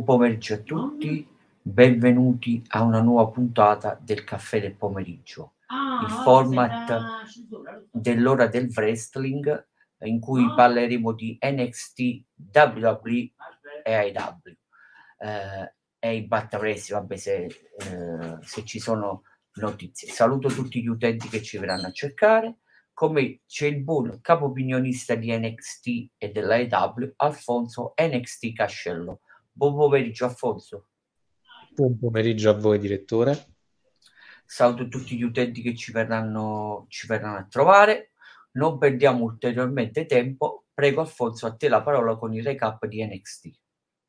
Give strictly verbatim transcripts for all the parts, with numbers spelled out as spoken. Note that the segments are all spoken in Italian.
pomeriggio a tutti, benvenuti a una nuova puntata del Caffè del Pomeriggio, il format dell'ora del wrestling in cui parleremo di N X T, W W E e I W. Eh, e i Battapresi, vabbè, se, eh, se ci sono notizie. Saluto tutti gli utenti che ci verranno a cercare. Come c'è il buon capo opinionista di N X T e della A E W, Alfonso N X T Cascello. Buon pomeriggio, Alfonso. Buon pomeriggio a voi, direttore. Saluto tutti gli utenti che ci verranno, ci verranno a trovare. Non perdiamo ulteriormente tempo. Prego, Alfonso, a te la parola con il recap di N X T.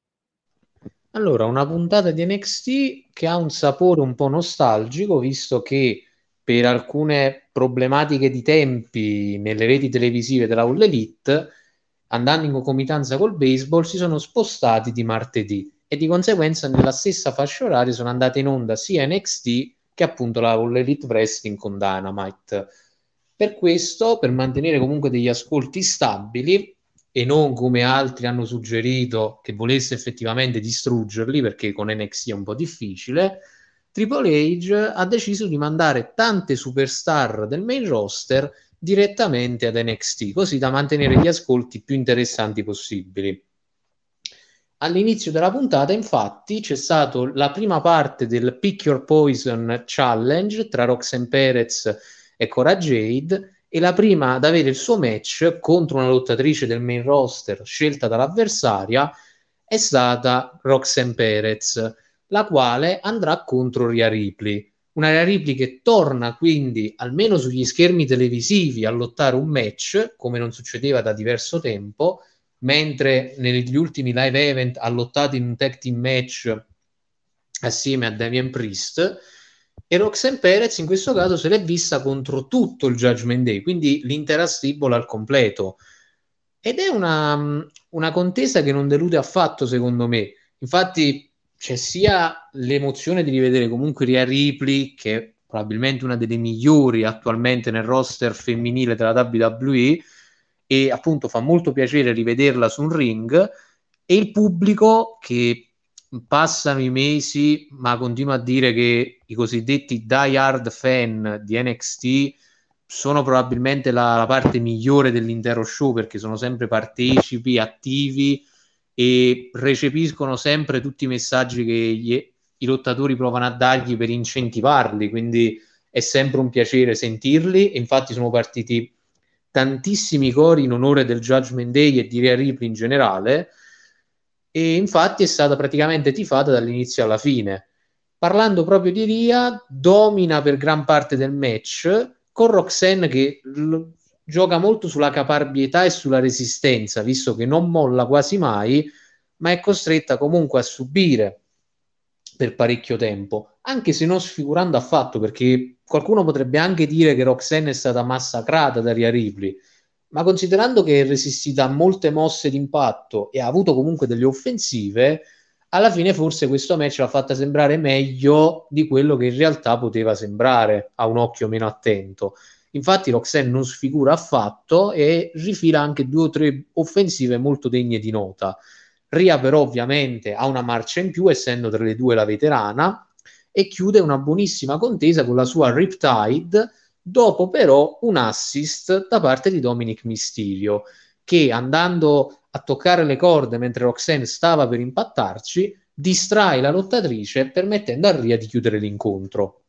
Allora, una puntata di N X T che ha un sapore un po' nostalgico, visto che per alcune problematiche di tempi nelle reti televisive della All Elite, andando in concomitanza col baseball, si sono spostati di martedì e di conseguenza nella stessa fascia oraria sono andate in onda sia N X T che appunto la All Elite Wrestling con Dynamite. Per questo, per mantenere comunque degli ascolti stabili e non come altri hanno suggerito che volesse effettivamente distruggerli, perché con N X T è un po' difficile, Triple H ha deciso di mandare tante superstar del main roster direttamente ad N X T, così da mantenere gli ascolti più interessanti possibili. All'inizio della puntata, infatti, c'è stata la prima parte del Pick Your Poison Challenge tra Roxanne Perez e Cora Jade, e la prima ad avere il suo match contro una lottatrice del main roster scelta dall'avversaria è stata Roxanne Perez, la quale andrà contro Rhea Ripley. Una Rhea Ripley che torna quindi, almeno sugli schermi televisivi, a lottare un match, come non succedeva da diverso tempo, mentre negli ultimi live event ha lottato in un tag team match assieme a Damian Priest, e Roxanne Perez in questo caso se l'è vista contro tutto il Judgment Day, quindi l'intera stable al completo, ed è una, una contesa che non delude affatto, secondo me. Infatti c'è sia l'emozione di rivedere comunque Rhea Ripley, che è probabilmente una delle migliori attualmente nel roster femminile della W W E, e appunto fa molto piacere rivederla su un ring, e il pubblico che passano i mesi ma continua a dire che i cosiddetti die hard fan di N X T sono probabilmente la, la parte migliore dell'intero show, perché sono sempre partecipi, attivi e recepiscono sempre tutti i messaggi che gli, i lottatori provano a dargli per incentivarli, quindi è sempre un piacere sentirli. E infatti sono partiti tantissimi cori in onore del Judgment Day e di Rhea Ripley in generale, e infatti è stata praticamente tifata dall'inizio alla fine. Parlando proprio di Rhea, domina per gran parte del match con Roxanne che l- gioca molto sulla caparbietà e sulla resistenza, visto che non molla quasi mai, ma è costretta comunque a subire per parecchio tempo, anche se non sfigurando affatto, perché qualcuno potrebbe anche dire che Roxanne è stata massacrata da Rhea Ripley, ma considerando che è resistita a molte mosse d'impatto e ha avuto comunque delle offensive, alla fine forse questo match l'ha fatta sembrare meglio di quello che in realtà poteva sembrare a un occhio meno attento. Infatti Roxanne non sfigura affatto e rifila anche due o tre offensive molto degne di nota. Rhea però ovviamente ha una marcia in più, essendo tra le due la veterana, e chiude una buonissima contesa con la sua Riptide, dopo però un assist da parte di Dominic Mysterio, che andando a toccare le corde mentre Roxanne stava per impattarci, distrae la lottatrice permettendo a Rhea di chiudere l'incontro.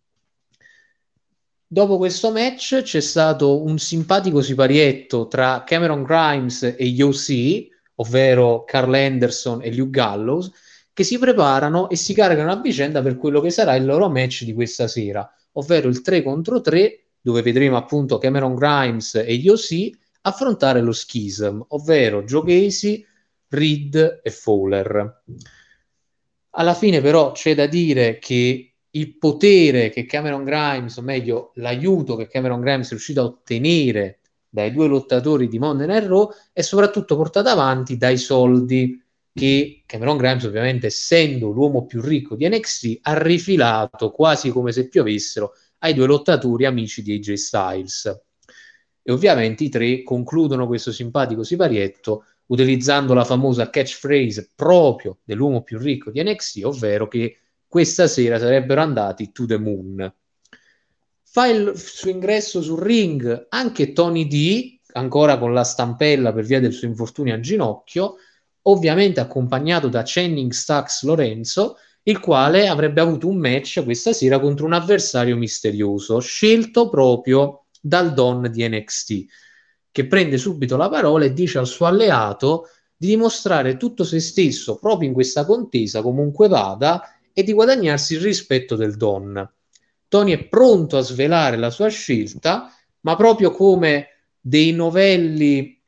Dopo questo match c'è stato un simpatico siparietto tra Cameron Grimes e O C, ovvero Carl Anderson e Luke Gallows, che si preparano e si caricano a vicenda per quello che sarà il loro match di questa sera, ovvero il tre contro tre, dove vedremo appunto Cameron Grimes e O C affrontare lo Schism, ovvero Joe Gacy, Reed e Fowler. Alla fine però c'è da dire che il potere che Cameron Grimes, o meglio l'aiuto che Cameron Grimes è riuscito a ottenere dai due lottatori di Monday Night Raw, è soprattutto portato avanti dai soldi che Cameron Grimes, ovviamente essendo l'uomo più ricco di N X T, ha rifilato quasi come se piovessero ai due lottatori amici di A J Styles. E ovviamente i tre concludono questo simpatico siparietto utilizzando la famosa catchphrase proprio dell'uomo più ricco di N X T, ovvero che questa sera sarebbero andati to the moon. Fa il suo ingresso sul ring anche Tony D, ancora con la stampella per via del suo infortunio al ginocchio, ovviamente accompagnato da Channing Stacks Lorenzo, il quale avrebbe avuto un match questa sera contro un avversario misterioso, scelto proprio dal Don di N X T, che prende subito la parola e dice al suo alleato di dimostrare tutto se stesso proprio in questa contesa, comunque vada, e di guadagnarsi il rispetto del Don. Tony è pronto a svelare la sua scelta, ma proprio come dei novelli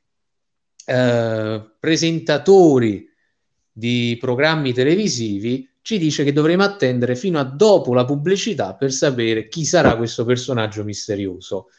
eh, presentatori di programmi televisivi, ci dice che dovremo attendere fino a dopo la pubblicità per sapere chi sarà questo personaggio misterioso.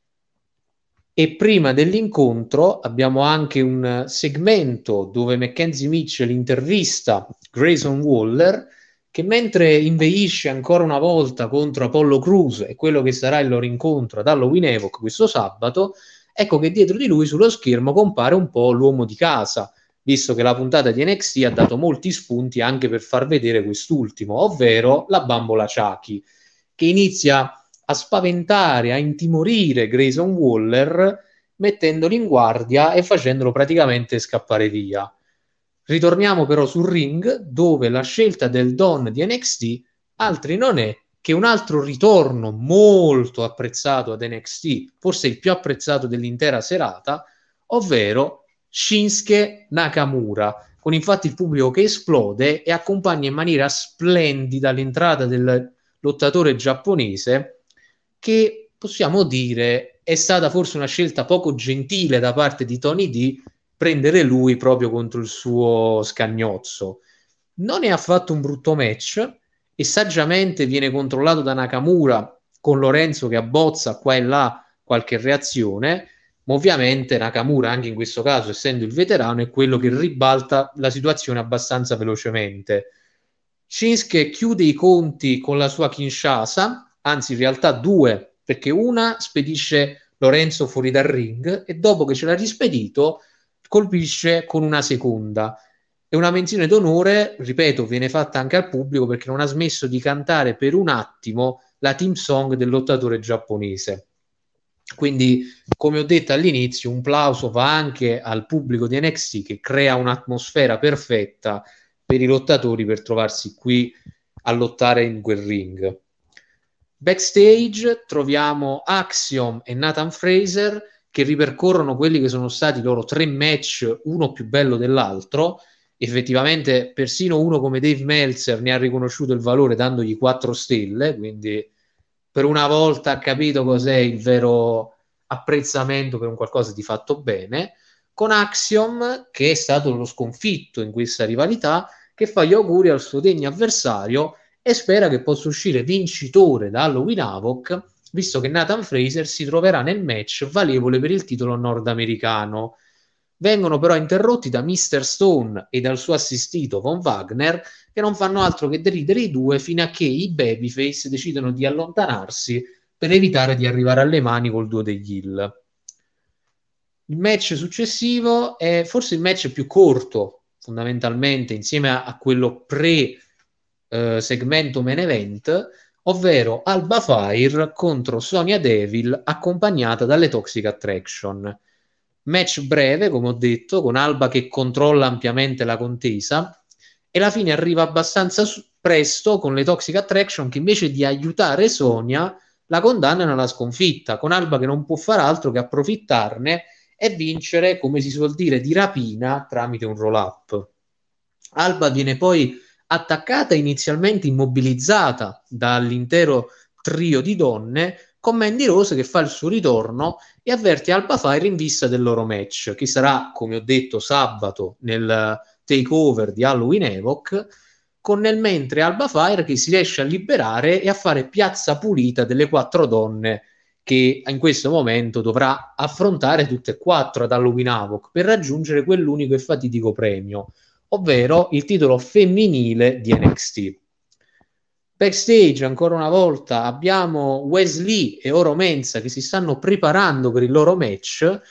E prima dell'incontro abbiamo anche un segmento dove Mackenzie Mitchell intervista Grayson Waller, che mentre inveisce ancora una volta contro Apollo Crews e quello che sarà il loro incontro ad Halloween Havoc questo sabato, ecco che dietro di lui sullo schermo compare un po' l'uomo di casa, visto che la puntata di N X T ha dato molti spunti anche per far vedere quest'ultimo, ovvero la bambola Chucky, che inizia a spaventare, a intimorire Grayson Waller, mettendolo in guardia e facendolo praticamente scappare via. Ritorniamo però sul ring, dove la scelta del Don di N X T altri non è che un altro ritorno molto apprezzato ad N X T, forse il più apprezzato dell'intera serata, ovvero Shinsuke Nakamura, con infatti il pubblico che esplode e accompagna in maniera splendida l'entrata del lottatore giapponese, che possiamo dire è stata forse una scelta poco gentile da parte di Tony D prendere lui proprio contro il suo scagnozzo. Non è affatto un brutto match e saggiamente viene controllato da Nakamura, con Lorenzo che abbozza qua e là qualche reazione, ma ovviamente Nakamura anche in questo caso, essendo il veterano, è quello che ribalta la situazione abbastanza velocemente. Shinsuke chiude i conti con la sua Kinshasa, anzi in realtà due, perché una spedisce Lorenzo fuori dal ring e dopo che ce l'ha rispedito colpisce con una seconda. E una menzione d'onore, ripeto, viene fatta anche al pubblico perché non ha smesso di cantare per un attimo la team song del lottatore giapponese. Quindi, come ho detto all'inizio, un plauso va anche al pubblico di N X T che crea un'atmosfera perfetta per i lottatori per trovarsi qui a lottare in quel ring. Backstage troviamo Axiom e Nathan Fraser che ripercorrono quelli che sono stati i loro tre match, uno più bello dell'altro. Effettivamente persino uno come Dave Meltzer ne ha riconosciuto il valore dandogli quattro stelle, quindi per una volta ha capito cos'è il vero apprezzamento per un qualcosa di fatto bene, con Axiom che è stato lo sconfitto in questa rivalità, che fa gli auguri al suo degno avversario e spera che possa uscire vincitore da Halloween Havoc, visto che Nathan Fraser si troverà nel match valevole per il titolo nordamericano. Vengono però interrotti da mister Stone e dal suo assistito Von Wagner, che non fanno altro che deridere i due fino a che i babyface decidono di allontanarsi per evitare di arrivare alle mani col duo degli heel. Il match successivo è forse il match più corto, fondamentalmente, insieme a, a quello pre eh, segmento main event, ovvero Alba Fire contro Sonya Deville accompagnata dalle Toxic Attraction. Match breve, come ho detto, con Alba che controlla ampiamente la contesa e la fine arriva abbastanza su- presto con le Toxic Attraction che invece di aiutare Sonya la condannano alla sconfitta, con Alba che non può far altro che approfittarne e vincere, come si suol dire, di rapina tramite un roll-up. Alba viene poi attaccata e inizialmente immobilizzata dall'intero trio di donne, con Mandy Rose che fa il suo ritorno e avverte Alba Fire in vista del loro match, che sarà, come ho detto, sabato nel takeover di Halloween Havoc, con nel mentre Alba Fire che si riesce a liberare e a fare piazza pulita delle quattro donne che in questo momento dovrà affrontare tutte e quattro ad Halloween Havoc per raggiungere quell'unico e fatidico premio, ovvero il titolo femminile di N X T. Backstage, ancora una volta, abbiamo Wesley e Oro Mensa che si stanno preparando per il loro match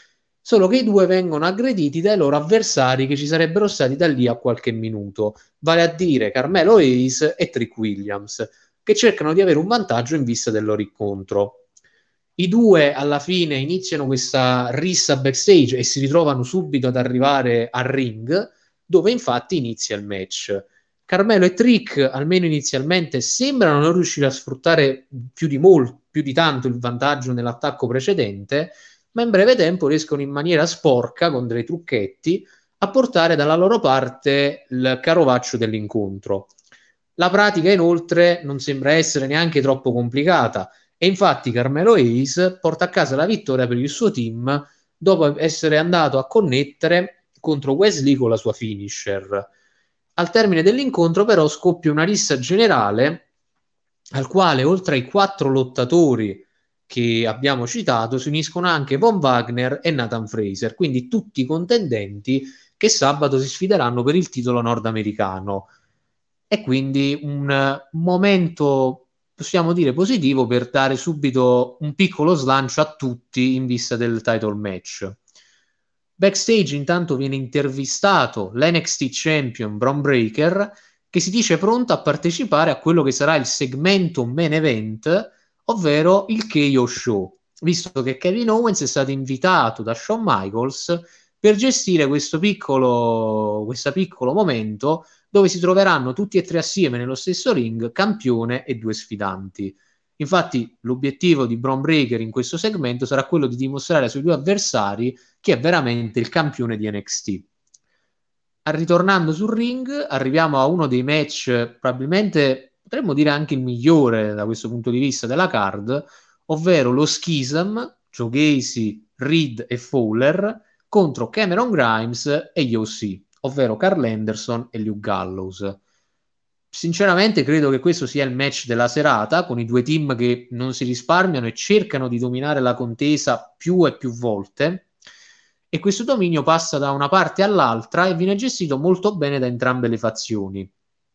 solo che i due vengono aggrediti dai loro avversari che ci sarebbero stati da lì a qualche minuto, vale a dire Carmelo Hayes e Trick Williams, che cercano di avere un vantaggio in vista del loro incontro. I due alla fine iniziano questa rissa backstage e si ritrovano subito ad arrivare al ring, dove infatti inizia il match. Carmelo e Trick, almeno inizialmente, sembrano non riuscire a sfruttare più di molto, più di tanto il vantaggio nell'attacco precedente, ma in breve tempo riescono in maniera sporca, con dei trucchetti, a portare dalla loro parte il carovaccio dell'incontro. La pratica, inoltre, non sembra essere neanche troppo complicata, e infatti Carmelo Hayes porta a casa la vittoria per il suo team dopo essere andato a connettere contro Wesley con la sua finisher. Al termine dell'incontro però scoppia una rissa generale al quale oltre ai quattro lottatori che abbiamo citato si uniscono anche Von Wagner e Nathan Fraser, quindi tutti i contendenti che sabato si sfideranno per il titolo nordamericano. E quindi un momento, possiamo dire, positivo per dare subito un piccolo slancio a tutti in vista del title match. Backstage intanto viene intervistato l'N X T Champion Bron Breakker, che si dice pronto a partecipare a quello che sarà il segmento main event, ovvero il K O Show, visto che Kevin Owens è stato invitato da Shawn Michaels per gestire questo piccolo, questo piccolo momento dove si troveranno tutti e tre assieme nello stesso ring, campione e due sfidanti. Infatti l'obiettivo di Bron Breakker in questo segmento sarà quello di dimostrare ai suoi due avversari chi è veramente il campione di N X T. Ritornando sul ring, arriviamo a uno dei match probabilmente, potremmo dire anche il migliore da questo punto di vista della card, ovvero lo Schism, Joe Gacy, Reed e Fowler contro Cameron Grimes e O C, ovvero Carl Anderson e Luke Gallows. Sinceramente credo che questo sia il match della serata, con i due team che non si risparmiano e cercano di dominare la contesa più e più volte, e questo dominio passa da una parte all'altra e viene gestito molto bene da entrambe le fazioni.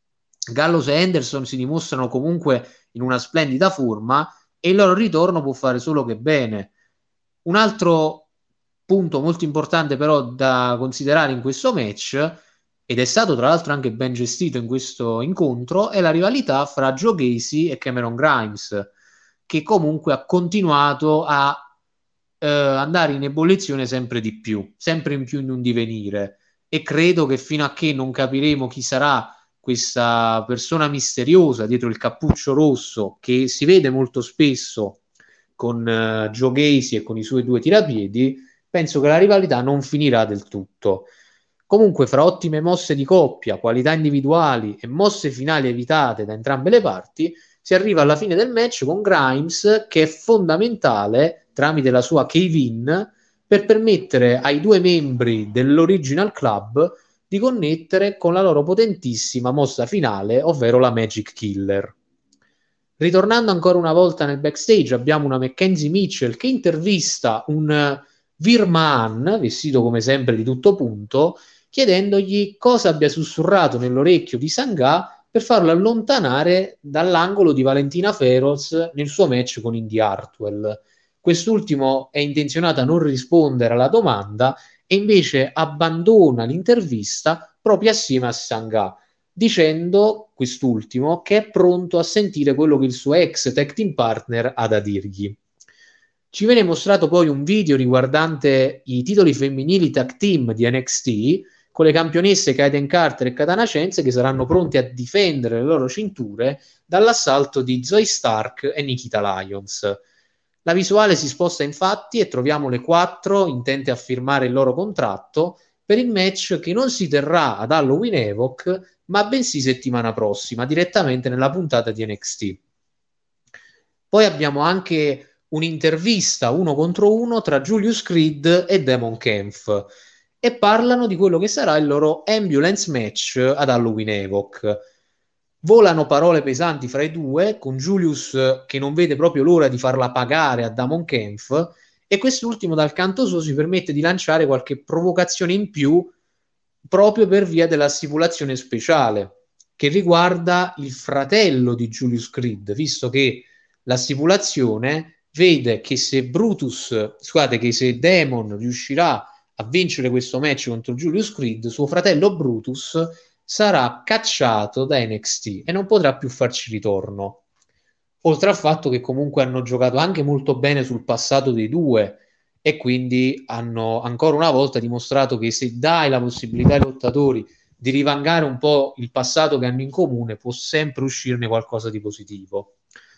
Gallows e Anderson si dimostrano comunque in una splendida forma e il loro ritorno può fare solo che bene. Un altro punto molto importante però da considerare in questo match, ed è stato tra l'altro anche ben gestito in questo incontro, è la rivalità fra Joe Gacy e Cameron Grimes, che comunque ha continuato a eh, andare in ebollizione sempre di più, sempre in più in un divenire, e credo che fino a che non capiremo chi sarà questa persona misteriosa dietro il cappuccio rosso, che si vede molto spesso con uh, Joe Gacy e con i suoi due tirapiedi, penso che la rivalità non finirà del tutto. Comunque, fra ottime mosse di coppia, qualità individuali e mosse finali evitate da entrambe le parti, si arriva alla fine del match con Grimes, che è fondamentale tramite la sua cave-in per permettere ai due membri dell'Original Club di connettere con la loro potentissima mossa finale, ovvero la Magic Killer. Ritornando ancora una volta nel backstage, abbiamo una Mackenzie Mitchell che intervista un Virman, vestito come sempre di tutto punto, chiedendogli cosa abbia sussurrato nell'orecchio di Sangha per farlo allontanare dall'angolo di Valentina Feroz nel suo match con Indy Hartwell. Quest'ultimo è intenzionato a non rispondere alla domanda e invece abbandona l'intervista proprio assieme a Sangha, dicendo quest'ultimo che è pronto a sentire quello che il suo ex tag team partner ha da dirgli. Ci viene mostrato poi un video riguardante i titoli femminili tag team di N X T con le campionesse Kaiden Carter e Katana Chance che saranno pronte a difendere le loro cinture dall'assalto di Zoe Stark e Nikita Lyons. La visuale si sposta infatti e troviamo le quattro intente a firmare il loro contratto per il match che non si terrà ad Halloween Evoc, ma bensì settimana prossima, direttamente nella puntata di N X T. Poi abbiamo anche un'intervista uno contro uno tra Julius Creed e Damon Kempf e parlano di quello che sarà il loro ambulance match ad Halloween Evoc. Volano parole pesanti fra i due, con Julius che non vede proprio l'ora di farla pagare a Damon Kempf, e quest'ultimo dal canto suo si permette di lanciare qualche provocazione in più proprio per via della stipulazione speciale che riguarda il fratello di Julius Creed, visto che la stipulazione vede che se Brutus, scusate, che se Demon riuscirà a vincere questo match contro Julius Creed, suo fratello Brutus sarà cacciato da N X T e non potrà più farci ritorno. Oltre al fatto che comunque hanno giocato anche molto bene sul passato dei due e quindi hanno ancora una volta dimostrato che se dai la possibilità ai lottatori di rivangare un po' il passato che hanno in comune, può sempre uscirne qualcosa di positivo.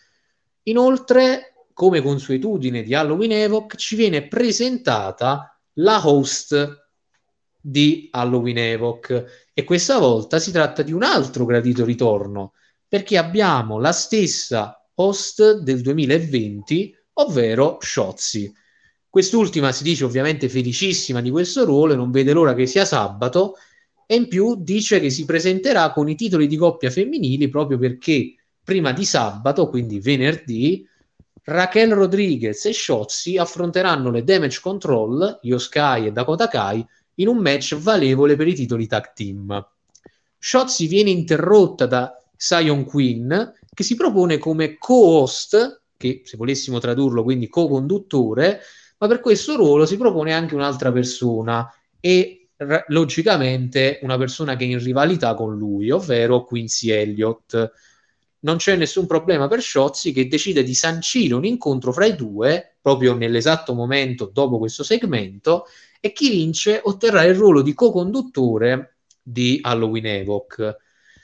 Inoltre, come consuetudine di Halloween Evoc, ci viene presentata la host di Halloween Evoc e questa volta si tratta di un altro gradito ritorno, perché abbiamo la stessa host del duemilaventi, ovvero Shotzi. Quest'ultima si dice ovviamente felicissima di questo ruolo e non vede l'ora che sia sabato, e in più dice che si presenterà con i titoli di coppia femminili proprio perché prima di sabato, quindi venerdì, Raquel Rodriguez e Shotzi affronteranno le Damage Control, Io Sky e Dakota Kai, in un match valevole per i titoli tag team. Shotzi viene interrotta da Sion Quinn, che si propone come co-host, che se volessimo tradurlo quindi co-conduttore, ma per questo ruolo si propone anche un'altra persona e r- logicamente una persona che è in rivalità con lui, ovvero Quincy Elliott. Non c'è nessun problema per Shotzi, che decide di sancire un incontro fra i due proprio nell'esatto momento dopo questo segmento, e chi vince otterrà il ruolo di co-conduttore di Halloween Evoc.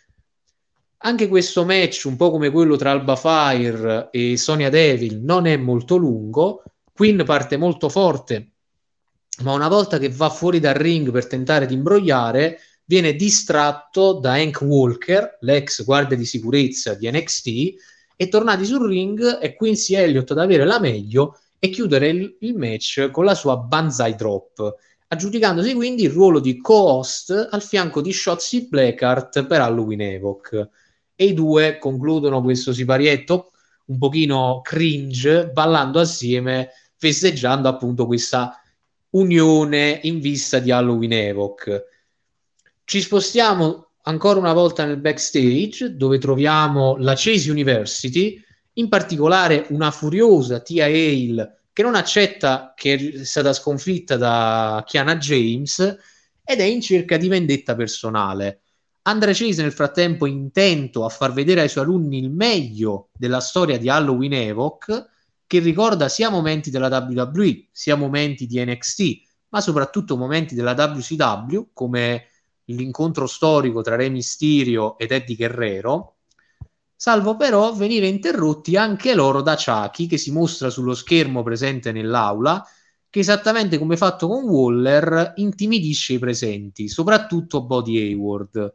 Anche questo match, un po' come quello tra Alba Fire e Sonia Deville, non è molto lungo. Quinn parte molto forte, ma una volta che va fuori dal ring per tentare di imbrogliare, viene distratto da Hank Walker, l'ex guardia di sicurezza di N X T, e tornati sul ring è Quincy Elliott ad avere la meglio e chiudere il, il match con la sua Banzai Drop, aggiudicandosi quindi il ruolo di co-host al fianco di Shotzi Blackheart per Halloween Evoc. E i due concludono questo siparietto un pochino cringe ballando assieme, festeggiando appunto questa unione in vista di Halloween Evoc. Ci spostiamo ancora una volta nel backstage, dove troviamo la Chase University, in particolare una furiosa Tia Hale che non accetta che è stata sconfitta da Kiana James ed è in cerca di vendetta personale. Andre Chase nel frattempo è intento a far vedere ai suoi alunni il meglio della storia di Halloween Evoc, che ricorda sia momenti della W W E, sia momenti di N X T, ma soprattutto momenti della W C W, come l'incontro storico tra Re Mysterio ed Eddie Guerrero, salvo però venire interrotti anche loro da Chucky, che si mostra sullo schermo presente nell'aula, che esattamente come fatto con Waller intimidisce i presenti, soprattutto Buddy Hayward.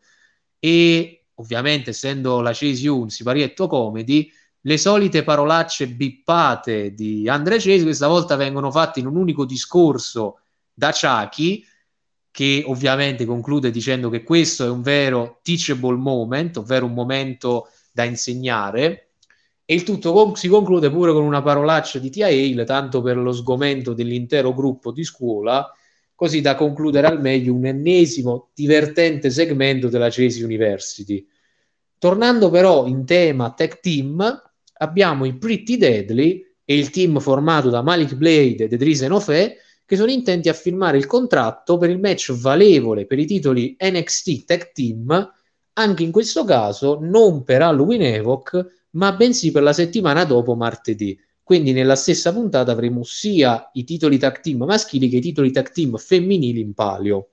E ovviamente, essendo la Chase U un siparietto comedy, le solite parolacce bippate di Andre Chase questa volta vengono fatte in un unico discorso da Chucky, che ovviamente conclude dicendo che questo è un vero teachable moment, ovvero un momento da insegnare, e il tutto con- si conclude pure con una parolaccia di Tia Hale, tanto per lo sgomento dell'intero gruppo di scuola, così da concludere al meglio un ennesimo divertente segmento della Chase University. Tornando però in tema tag team, abbiamo i Pretty Deadly e il team formato da Malik Blade ed Edris Enofé, che sono intenti a firmare il contratto per il match valevole per i titoli N X T Tag Team, anche in questo caso non per Halloween Evoc, ma bensì per la settimana dopo, martedì. Quindi nella stessa puntata avremo sia i titoli tag team maschili che i titoli tag team femminili in palio.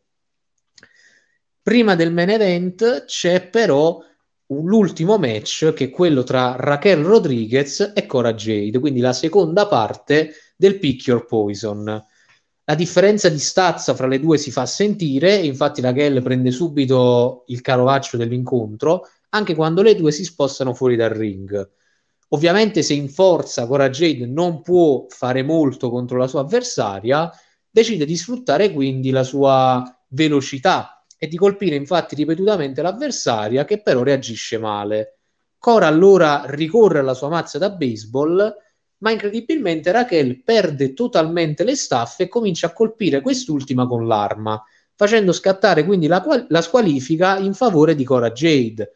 Prima del main event c'è però l'ultimo match, che è quello tra Raquel Rodriguez e Cora Jade, quindi la seconda parte del Pick Your Poison. La differenza di stazza fra le due si fa sentire, infatti Raquel prende subito il carovaccio dell'incontro, anche quando le due si spostano fuori dal ring. Ovviamente se in forza Cora Jade non può fare molto contro la sua avversaria, decide di sfruttare quindi la sua velocità e di colpire infatti ripetutamente l'avversaria, che però reagisce male. Cora allora ricorre alla sua mazza da baseball, ma incredibilmente Raquel perde totalmente le staffe e comincia a colpire quest'ultima con l'arma, facendo scattare quindi la, qual- la squalifica in favore di Cora Jade.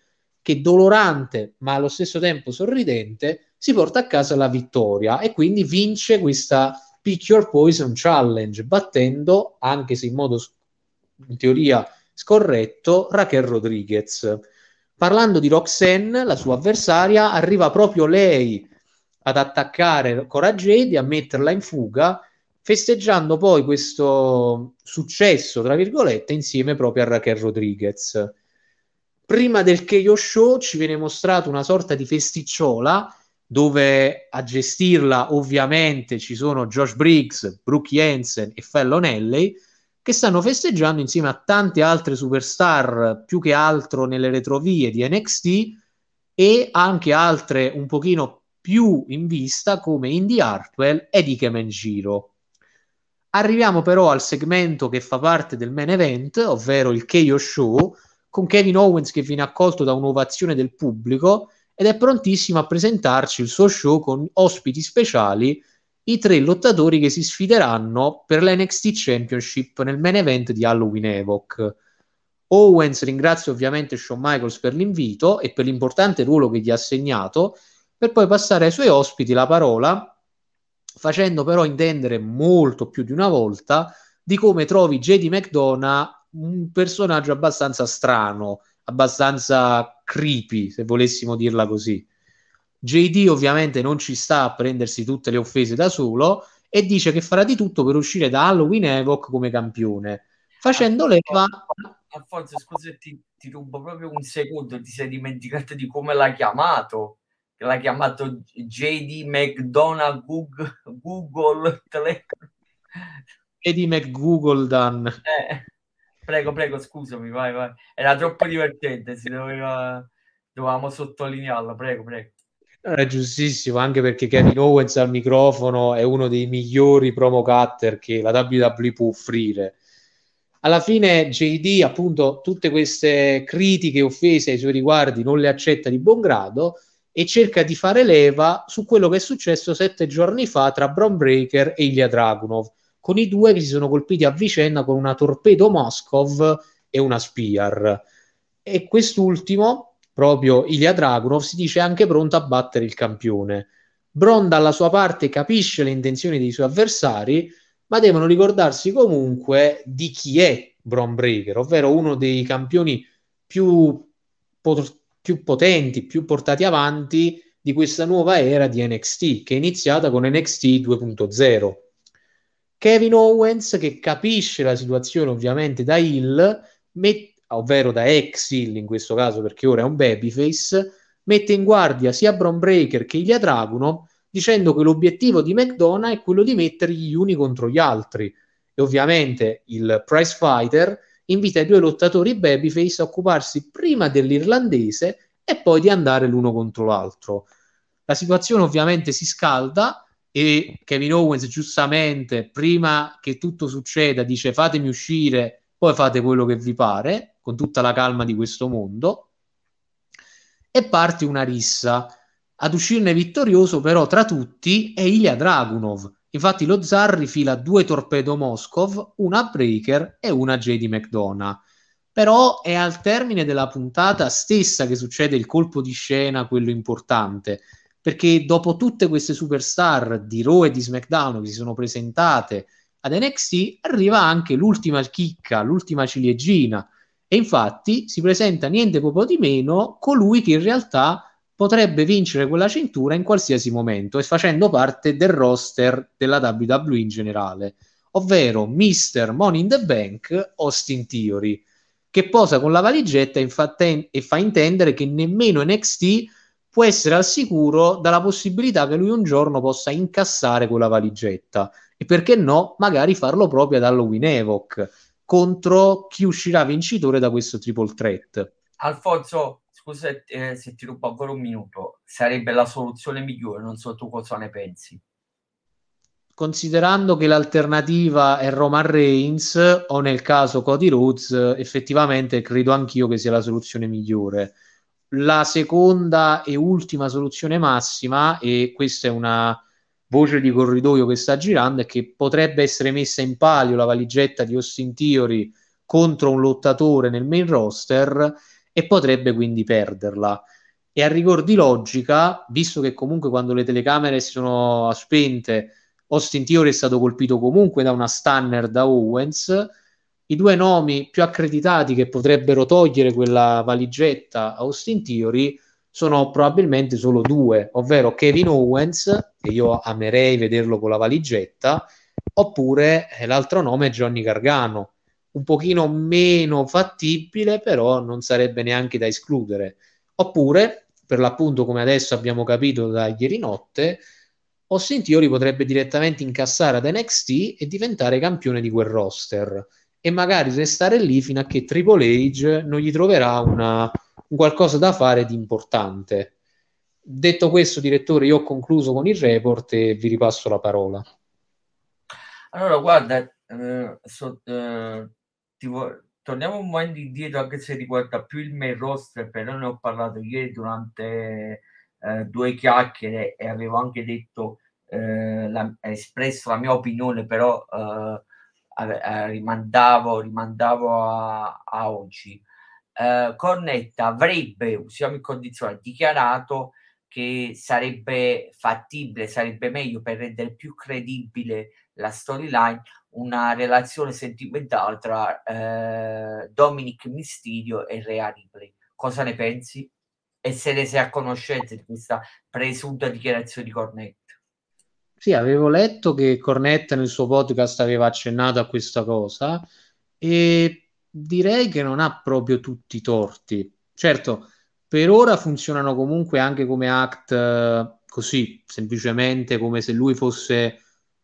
che dolorante ma allo stesso tempo sorridente si porta a casa la vittoria e quindi vince questa Pick Your Poison Challenge, battendo, anche se in modo in teoria scorretto, Raquel Rodriguez. Parlando di Roxanne, la sua avversaria, arriva proprio lei ad attaccare Cora Jade, a metterla in fuga, festeggiando poi questo successo, tra virgolette, insieme proprio a Raquel Rodriguez. Prima del K O Show ci viene mostrato una sorta di festicciola dove a gestirla ovviamente ci sono Josh Briggs, Brooke Jensen e Fallon Henley, che stanno festeggiando insieme a tante altre superstar, più che altro nelle retrovie di N X T, e anche altre un pochino più in vista come Indy Hartwell ed Ike Menjiro. Arriviamo però al segmento che fa parte del main event, ovvero il K O Show, con Kevin Owens che viene accolto da un'ovazione del pubblico ed è prontissimo a presentarci il suo show con ospiti speciali, i tre lottatori che si sfideranno per l'N X T Championship nel main event di Halloween Havoc. Owens ringrazia ovviamente Shawn Michaels per l'invito e per l'importante ruolo che gli ha assegnato, per poi passare ai suoi ospiti la parola, facendo però intendere molto più di una volta di come trovi J D McDonough un personaggio abbastanza strano, abbastanza creepy, se volessimo dirla così. J D ovviamente non ci sta a prendersi tutte le offese da solo e dice che farà di tutto per uscire da Halloween Havoc come campione, facendo leva... Alfonso, scusa, ti, ti rubo proprio un secondo, ti sei dimenticato di come l'ha chiamato? L'ha chiamato J D McDonough Google, Google telefono. J D McGoogle Dan. Eh, prego, prego, scusami, vai, vai. Era troppo divertente, si doveva, dovevamo sottolinearlo, prego, prego. È giustissimo, anche perché Kevin Owens al microfono è uno dei migliori promo cutter che la W W E può offrire. Alla fine J D, appunto, tutte queste critiche e offese ai suoi riguardi non le accetta di buon grado e cerca di fare leva su quello che è successo sette giorni fa tra Bron Breakker e Ilya Dragunov, con i due che si sono colpiti a vicenda con una torpedo Moskov e una Spear. E quest'ultimo, proprio Ilya Dragunov, si dice anche pronto a battere il campione. Bron dalla sua parte capisce le intenzioni dei suoi avversari, ma devono ricordarsi comunque di chi è Bron Breakker, ovvero uno dei campioni più, pot- più potenti, più portati avanti di questa nuova era di N X T, che è iniziata con N X T due punto zero. Kevin Owens, che capisce la situazione ovviamente da heel, met- ovvero da ex heel in questo caso perché ora è un babyface, mette in guardia sia Bron Breakker che Ilya Dragunov, dicendo che l'obiettivo di McDonough è quello di mettergli gli uni contro gli altri. E ovviamente il prize fighter invita i due lottatori babyface a occuparsi prima dell'irlandese e poi di andare l'uno contro l'altro. La situazione ovviamente si scalda e Kevin Owens giustamente, prima che tutto succeda, dice fatemi uscire, poi fate quello che vi pare, con tutta la calma di questo mondo, e parte una rissa. Ad uscirne vittorioso però tra tutti è Ilya Dragunov. Infatti lo zar rifila due torpedo Moskov, una a Breakker e una a J D McDonough. Però è al termine della puntata stessa che succede il colpo di scena, quello importante, perché dopo tutte queste superstar di Raw e di SmackDown che si sono presentate ad N X T, arriva anche l'ultima chicca, l'ultima ciliegina, e infatti si presenta niente poco di meno colui che in realtà potrebbe vincere quella cintura in qualsiasi momento e facendo parte del roster della W W E in generale, ovvero mister Money in the Bank Austin Theory, che posa con la valigetta e, infatten- e fa intendere che nemmeno N X T può essere al sicuro dalla possibilità che lui un giorno possa incassare quella valigetta e perché no, magari farlo proprio ad Halloween Havoc contro chi uscirà vincitore da questo triple threat. Alfonso, scusa eh, se ti rubo ancora un minuto, sarebbe la soluzione migliore, non so tu cosa ne pensi. Considerando che l'alternativa è Roman Reigns o nel caso Cody Rhodes, effettivamente credo anch'io che sia la soluzione migliore. La seconda e ultima soluzione massima, e questa è una voce di corridoio che sta girando, è che potrebbe essere messa in palio la valigetta di Austin Theory contro un lottatore nel main roster e potrebbe quindi perderla. E a rigor di logica, visto che comunque quando le telecamere si sono spente, Austin Theory è stato colpito comunque da una stunner da Owens, i due nomi più accreditati che potrebbero togliere quella valigetta a Austin Theory sono probabilmente solo due, ovvero Kevin Owens, che io amerei vederlo con la valigetta, oppure eh, l'altro nome è Johnny Gargano, un pochino meno fattibile, però non sarebbe neanche da escludere. Oppure, per l'appunto, come adesso abbiamo capito da ieri notte, Austin Theory potrebbe direttamente incassare ad N X T e diventare campione di quel roster e magari restare lì fino a che Triple H non gli troverà una, un qualcosa da fare di importante. Detto questo, direttore, io ho concluso con il report e vi ripasso la parola. Allora, guarda, eh, so, eh, ti vo- torniamo un momento indietro, anche se riguarda più il main roster, però ne ho parlato ieri durante eh, due chiacchiere e avevo anche detto, eh, la, espresso la mia opinione, però eh, ave- eh, rimandavo, rimandavo a, a oggi. Eh, Cornetta avrebbe, usiamo il condizionale, dichiarato che sarebbe fattibile, sarebbe meglio per rendere più credibile la storyline, una relazione sentimentale tra eh, Dominic Mysterio e Rhea Ripley. Cosa ne pensi? E se ne sei a conoscenza di questa presunta dichiarazione di Cornette? Sì, avevo letto che Cornette nel suo podcast aveva accennato a questa cosa e direi che non ha proprio tutti i torti. Certo, per ora funzionano comunque anche come act eh, così, semplicemente come se lui fosse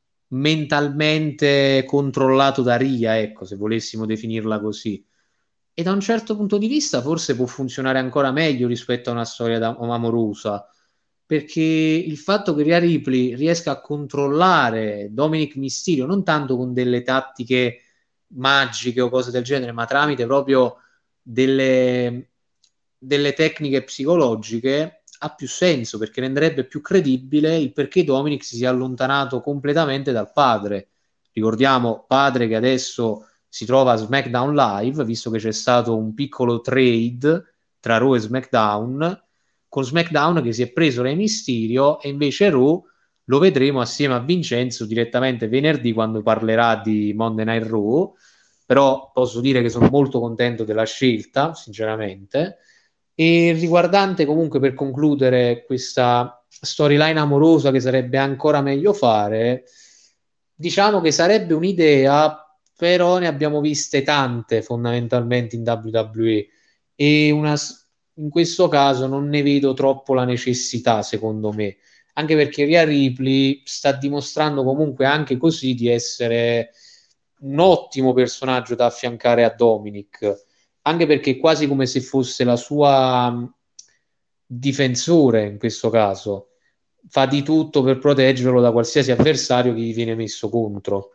mentalmente controllato da Ria, ecco, se volessimo definirla così. E da un certo punto di vista forse può funzionare ancora meglio rispetto a una storia da- amorosa, perché il fatto che Rhea Ripley riesca a controllare Dominic Mysterio non tanto con delle tattiche magiche o cose del genere, ma tramite proprio delle, delle tecniche psicologiche, ha più senso perché renderebbe più credibile il perché Dominic si sia allontanato completamente dal padre. Ricordiamo, padre che adesso si trova a SmackDown Live, visto che c'è stato un piccolo trade tra Raw e SmackDown, con SmackDown che si è preso Rey Mysterio e invece Raw lo vedremo assieme a Vincenzo direttamente venerdì quando parlerà di Monday Night Raw, però posso dire che sono molto contento della scelta, sinceramente. E riguardante comunque per concludere questa storyline amorosa che sarebbe ancora meglio fare, diciamo che sarebbe un'idea, però ne abbiamo viste tante fondamentalmente in W W E e una, in questo caso non ne vedo troppo la necessità, secondo me, anche perché Rhea Ripley sta dimostrando comunque anche così di essere un ottimo personaggio da affiancare a Dominic, anche perché è quasi come se fosse la sua mh, difensore in questo caso. Fa di tutto per proteggerlo da qualsiasi avversario che gli viene messo contro.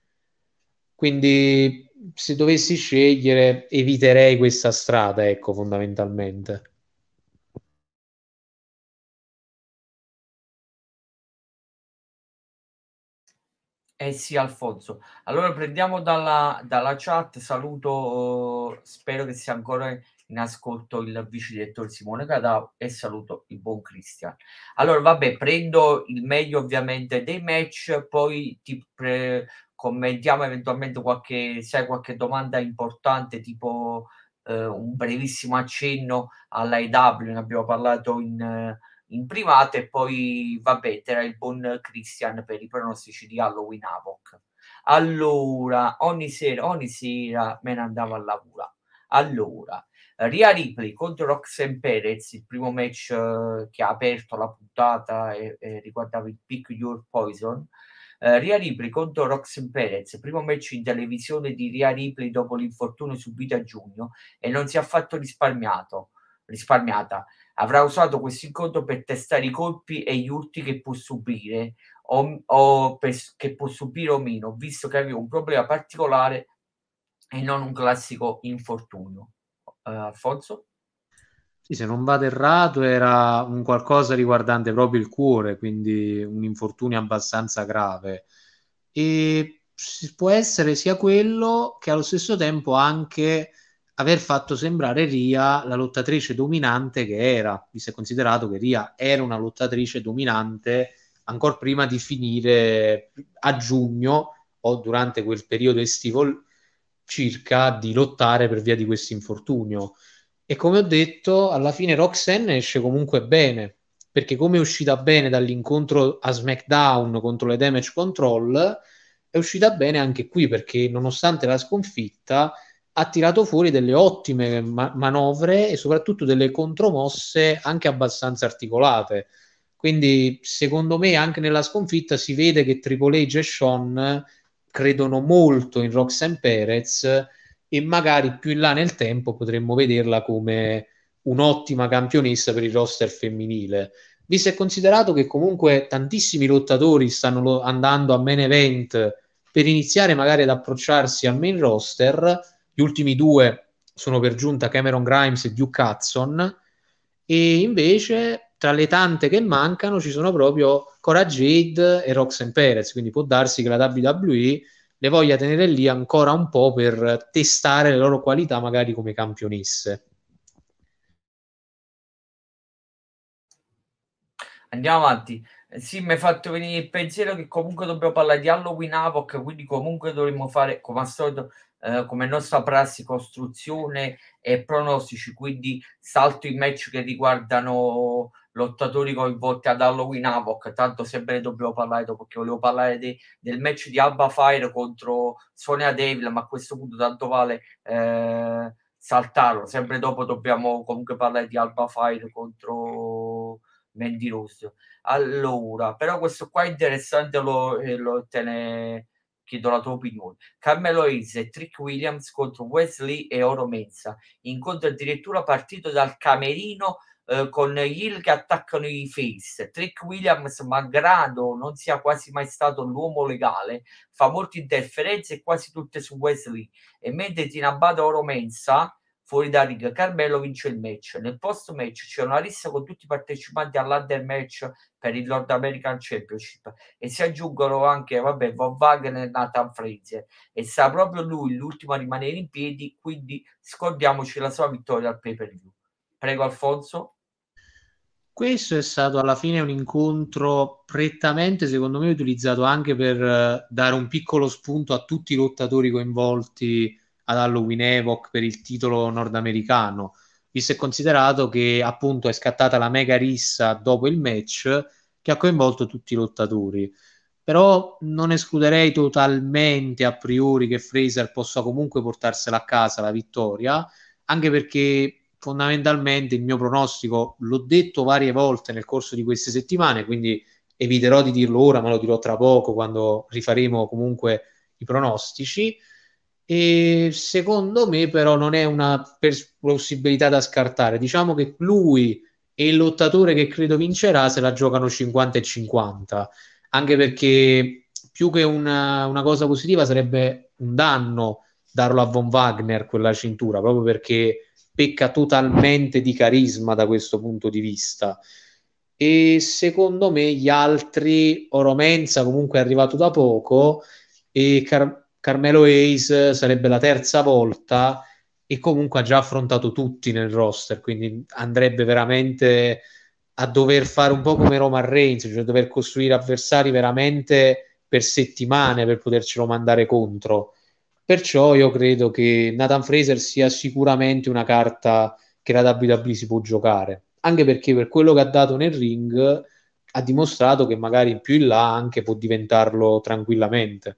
Quindi, se dovessi scegliere, eviterei questa strada, ecco, fondamentalmente. Eh sì, Alfonso. Allora prendiamo dalla, dalla chat, saluto, spero che sia ancora in ascolto il vice direttore Simone Cadà e saluto il buon Cristian. Allora, vabbè, prendo il meglio ovviamente dei match, poi ti pre- commentiamo eventualmente qualche, sai, qualche domanda importante, tipo eh, un brevissimo accenno all'A E W, ne abbiamo parlato in... eh, in privato e poi vabbè c'era il buon Christian per i pronostici di Halloween Havoc. Allora ogni sera ogni sera me ne andavo a lavorare. Allora Rhea Ripley contro Roxanne Perez, il primo match eh, che ha aperto la puntata e, e riguardava il Pick Your Poison. Uh, Rhea Ripley contro Roxanne Perez, primo match in televisione di Rhea Ripley dopo l'infortunio subito a giugno e non si è affatto risparmiato risparmiata. Avrà usato questo incontro per testare i colpi e gli urti che può subire o, o per, che può subire o meno, visto che aveva un problema particolare e non un classico infortunio. Uh, Alfonso? Sì, se non vado errato, era un qualcosa riguardante proprio il cuore, quindi un infortunio abbastanza grave. E si- può essere sia quello che allo stesso tempo anche aver fatto sembrare Rhea la lottatrice dominante che era, visto e considerato che Rhea era una lottatrice dominante ancora prima di finire a giugno o durante quel periodo estivo circa di lottare per via di questo infortunio. E come ho detto, alla fine Roxanne esce comunque bene, perché come è uscita bene dall'incontro a SmackDown contro le Damage Control, è uscita bene anche qui, perché nonostante la sconfitta ha tirato fuori delle ottime ma- manovre e soprattutto delle contromosse anche abbastanza articolate. Quindi, secondo me, anche nella sconfitta si vede che Triple H e Sean credono molto in Roxanne Perez e magari più in là nel tempo potremmo vederla come un'ottima campionessa per il roster femminile. Visto e considerato che comunque tantissimi lottatori stanno lo- andando a main event per iniziare magari ad approcciarsi al main roster, gli ultimi due sono per giunta Cameron Grimes e Duke Hudson, e invece tra le tante che mancano ci sono proprio Cora Jade e Roxanne Perez, quindi può darsi che la W W E le voglia tenere lì ancora un po' per testare le loro qualità magari come campionesse. Andiamo avanti. Eh, Sì, mi hai fatto venire il pensiero che comunque dobbiamo parlare di Halloween Havoc, quindi comunque dovremmo fare, come al solito, eh, come nostra prassi, costruzione e pronostici, quindi salto i match che riguardano lottatori coinvolti ad Halloween Havoc, tanto sempre ne dobbiamo parlare dopo, perché volevo parlare de- del match di Alba Fire contro Sonia Deville, ma a questo punto tanto vale eh, saltarlo, sempre dopo dobbiamo comunque parlare di Alba Fire contro Mandy Rose. Allora, però questo qua è interessante, lo, eh, lo te ne chiedo la tua opinione. Carmelo Hayes e Trick Williams contro Wesley e Oro Mensa. Incontro addirittura partito dal camerino eh, con gli Hill che attaccano i face. Trick Williams, malgrado non sia quasi mai stato l'uomo legale, fa molte interferenze e quasi tutte su Wesley. E mentre Tina Bada Oro Mensa fuori da ring, Carmelo vince il match. Nel post match c'è una rissa con tutti i partecipanti all'Under match per il North American Championship e si aggiungono anche, vabbè, Von Wagner e Nathan Frazier, e sarà proprio lui l'ultimo a rimanere in piedi, quindi scordiamoci la sua vittoria al pay per view. Prego Alfonso. Questo è stato alla fine un incontro prettamente, secondo me, utilizzato anche per eh, dare un piccolo spunto a tutti i lottatori coinvolti ad Halloween Evoc per il titolo nordamericano, visto e considerato che appunto è scattata la mega rissa dopo il match che ha coinvolto tutti i lottatori. Però non escluderei totalmente a priori che Fraser possa comunque portarsela a casa la vittoria, anche perché fondamentalmente il mio pronostico l'ho detto varie volte nel corso di queste settimane, quindi eviterò di dirlo ora, ma lo dirò tra poco quando rifaremo comunque i pronostici. E secondo me, però, non è una pers- possibilità da scartare. Diciamo che lui e il lottatore che credo vincerà se la giocano cinquanta e cinquanta, anche perché più che una, una cosa positiva sarebbe un danno darlo a Von Wagner quella cintura, proprio perché pecca totalmente di carisma da questo punto di vista. E secondo me gli altri, Oromenza comunque è arrivato da poco e Car- Carmelo Hayes sarebbe la terza volta e comunque ha già affrontato tutti nel roster, quindi andrebbe veramente a dover fare un po' come Roman Reigns, cioè dover costruire avversari veramente per settimane per potercelo mandare contro. Perciò io credo che Nathan Fraser sia sicuramente una carta che la W W E si può giocare, anche perché per quello che ha dato nel ring ha dimostrato che magari più in là anche può diventarlo tranquillamente.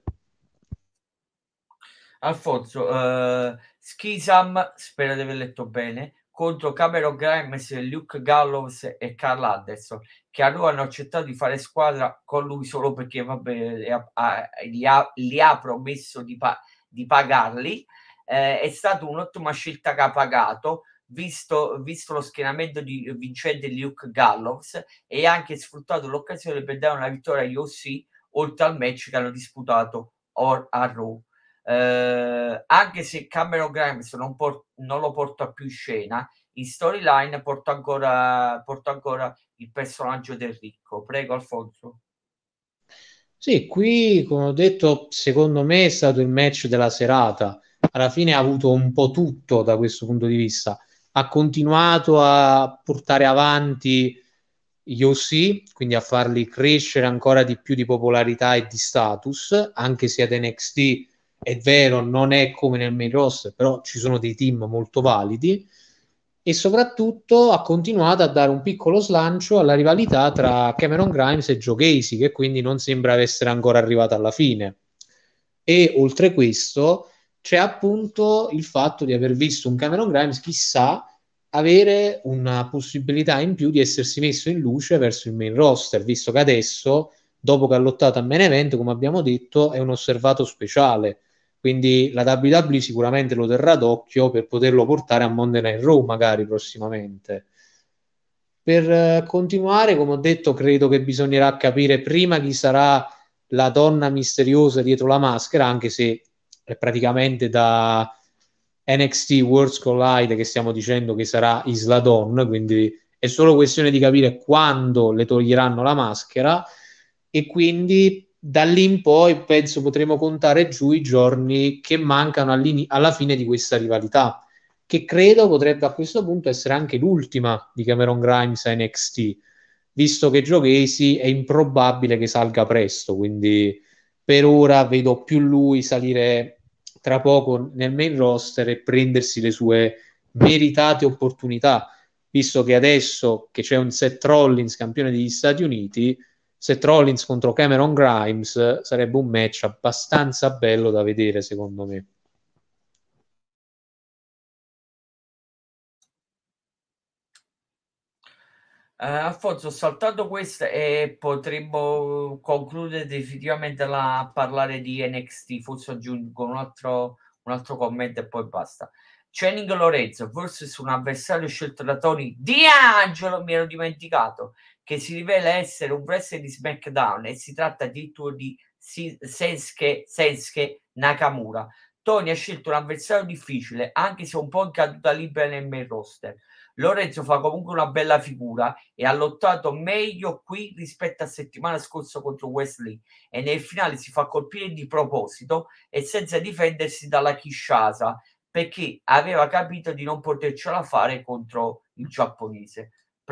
Alfonso, eh, Schisam, spero di aver letto bene, contro Cameron Grimes, Luke Gallows e Carl Anderson, che a lui hanno accettato di fare squadra con lui solo perché vabbè, ha, ha, gli, ha, gli, ha, promesso di, pa- di pagarli. Eh, è stata un'ottima scelta che ha pagato, visto, visto lo schieramento di vincente di Luke Gallows, e ha anche sfruttato l'occasione per dare una vittoria agli O C, oltre al match che hanno disputato a Raw. Eh, anche se Cameron Grimes non, por- non lo porta più in scena, in storyline porta ancora, porta ancora il personaggio del ricco. Prego, Alfonso. Sì, qui, come ho detto, secondo me è stato il match della serata, alla fine ha avuto un po' tutto da questo punto di vista. Ha continuato a portare avanti gli O C, quindi a farli crescere ancora di più di popolarità e di status, anche se ad N X T è vero, non è come nel main roster, però ci sono dei team molto validi, e soprattutto ha continuato a dare un piccolo slancio alla rivalità tra Cameron Grimes e Joe Casey, che quindi non sembra essere ancora arrivata alla fine. E oltre questo c'è appunto il fatto di aver visto un Cameron Grimes, chissà, avere una possibilità in più di essersi messo in luce verso il main roster, visto che adesso, dopo che ha lottato a main event, come abbiamo detto, è un osservato speciale. Quindi la W W E sicuramente lo terrà d'occhio per poterlo portare a Monday Night Raw magari prossimamente. Per eh, continuare, come ho detto, credo che bisognerà capire prima chi sarà la donna misteriosa dietro la maschera, anche se è praticamente da N X T Worlds Collide che stiamo dicendo che sarà Isla Dawn, quindi è solo questione di capire quando le toglieranno la maschera, e quindi da lì in poi penso potremo contare giù i giorni che mancano alla fine di questa rivalità, che credo potrebbe a questo punto essere anche l'ultima di Cameron Grimes a N X T, visto che Joe Casey è improbabile che salga presto, quindi per ora vedo più lui salire tra poco nel main roster e prendersi le sue meritate opportunità, visto che adesso che c'è un Seth Rollins campione degli Stati Uniti, Seth Rollins contro Cameron Grimes sarebbe un match abbastanza bello da vedere, secondo me. Uh, Alfonso, ho saltato questa e potremmo concludere definitivamente la, a parlare di N X T. Forse aggiungo un altro, un altro commento e poi basta. Channing Lorenzo versus un avversario scelto da Tony D'Angelo, mi ero dimenticato, che si rivela essere un wrestler di SmackDown e si tratta addirittura di Sensuke, Sensuke Nakamura. Tony ha scelto un avversario difficile, anche se un po' in caduta libera nel main roster. Lorenzo fa comunque una bella figura e ha lottato meglio qui rispetto a settimana scorsa contro Wesley, e nel finale si fa colpire di proposito e senza difendersi dalla Kinshasa, perché aveva capito di non potercela fare contro il giapponese.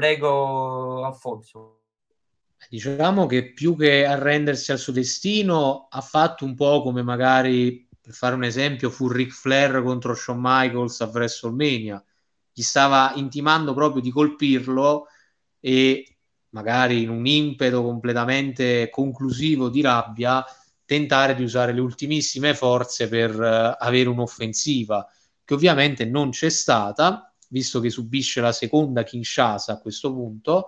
Prego, Alfonso. Diciamo che più che arrendersi al suo destino ha fatto un po' come magari, per fare un esempio, fu Ric Flair contro Shawn Michaels a WrestleMania. Gli stava intimando proprio di colpirlo e magari in un impeto completamente conclusivo di rabbia tentare di usare le ultimissime forze per uh, avere un'offensiva, che ovviamente non c'è stata, visto che subisce la seconda Kinshasa a questo punto.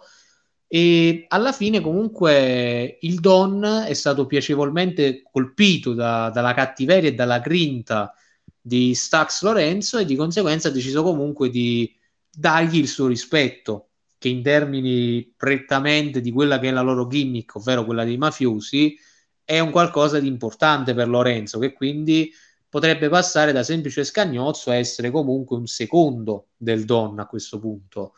E alla fine comunque il Don è stato piacevolmente colpito da, dalla cattiveria e dalla grinta di Stax Lorenzo, e di conseguenza ha deciso comunque di dargli il suo rispetto, che in termini prettamente di quella che è la loro gimmick, ovvero quella dei mafiosi, è un qualcosa di importante per Lorenzo, che quindi potrebbe passare da semplice scagnozzo a essere comunque un secondo del Don a questo punto.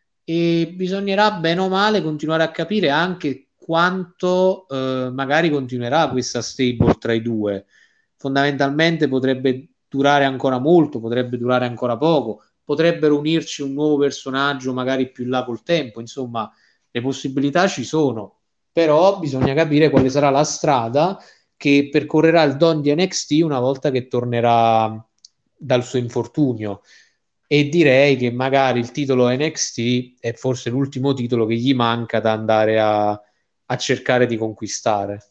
E bisognerà bene o male continuare a capire anche quanto eh, magari continuerà questa stable tra i due. Fondamentalmente potrebbe durare ancora molto, potrebbe durare ancora poco, potrebbero unirci un nuovo personaggio magari più in là col tempo, insomma le possibilità ci sono, però bisogna capire quale sarà la strada che percorrerà il Don di N X T una volta che tornerà dal suo infortunio. E direi che magari il titolo N X T è forse l'ultimo titolo che gli manca da andare a, a cercare di conquistare.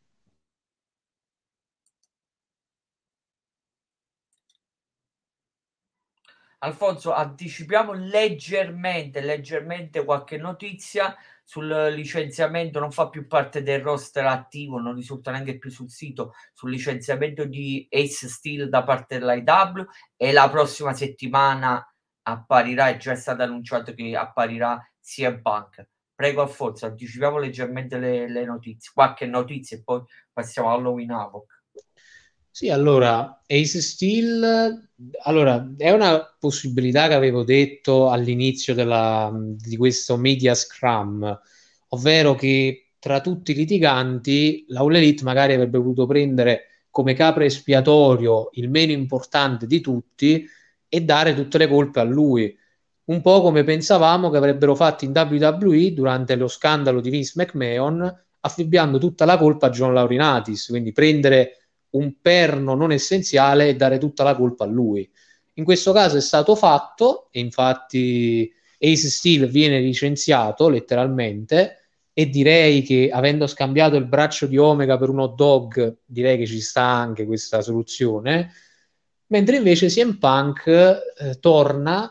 Alfonso, anticipiamo leggermente, leggermente qualche notizia sul licenziamento. Non fa più parte del roster attivo, non risulta neanche più sul sito, sul licenziamento di Ace Steel da parte dell'A E W, e la prossima settimana apparirà, è già stato annunciato che apparirà C M Punk. Prego Alfonso, anticipiamo leggermente le, le notizie, qualche notizia, e poi passiamo a Halloween Havoc. Sì, allora, Ace Steel, allora, è una possibilità che avevo detto all'inizio della, di questo media scrum, ovvero che tra tutti i litiganti la All Elite magari avrebbe voluto prendere come capro espiatorio il meno importante di tutti e dare tutte le colpe a lui. Un po' come pensavamo che avrebbero fatto in W W E durante lo scandalo di Vince McMahon, affibbiando tutta la colpa a John Laurinaitis, quindi prendere un perno non essenziale e dare tutta la colpa a lui. In questo caso è stato fatto e infatti Ace Steel viene licenziato letteralmente, e direi che avendo scambiato il braccio di Omega per un hot dog, direi che ci sta anche questa soluzione, mentre invece C M Punk eh, torna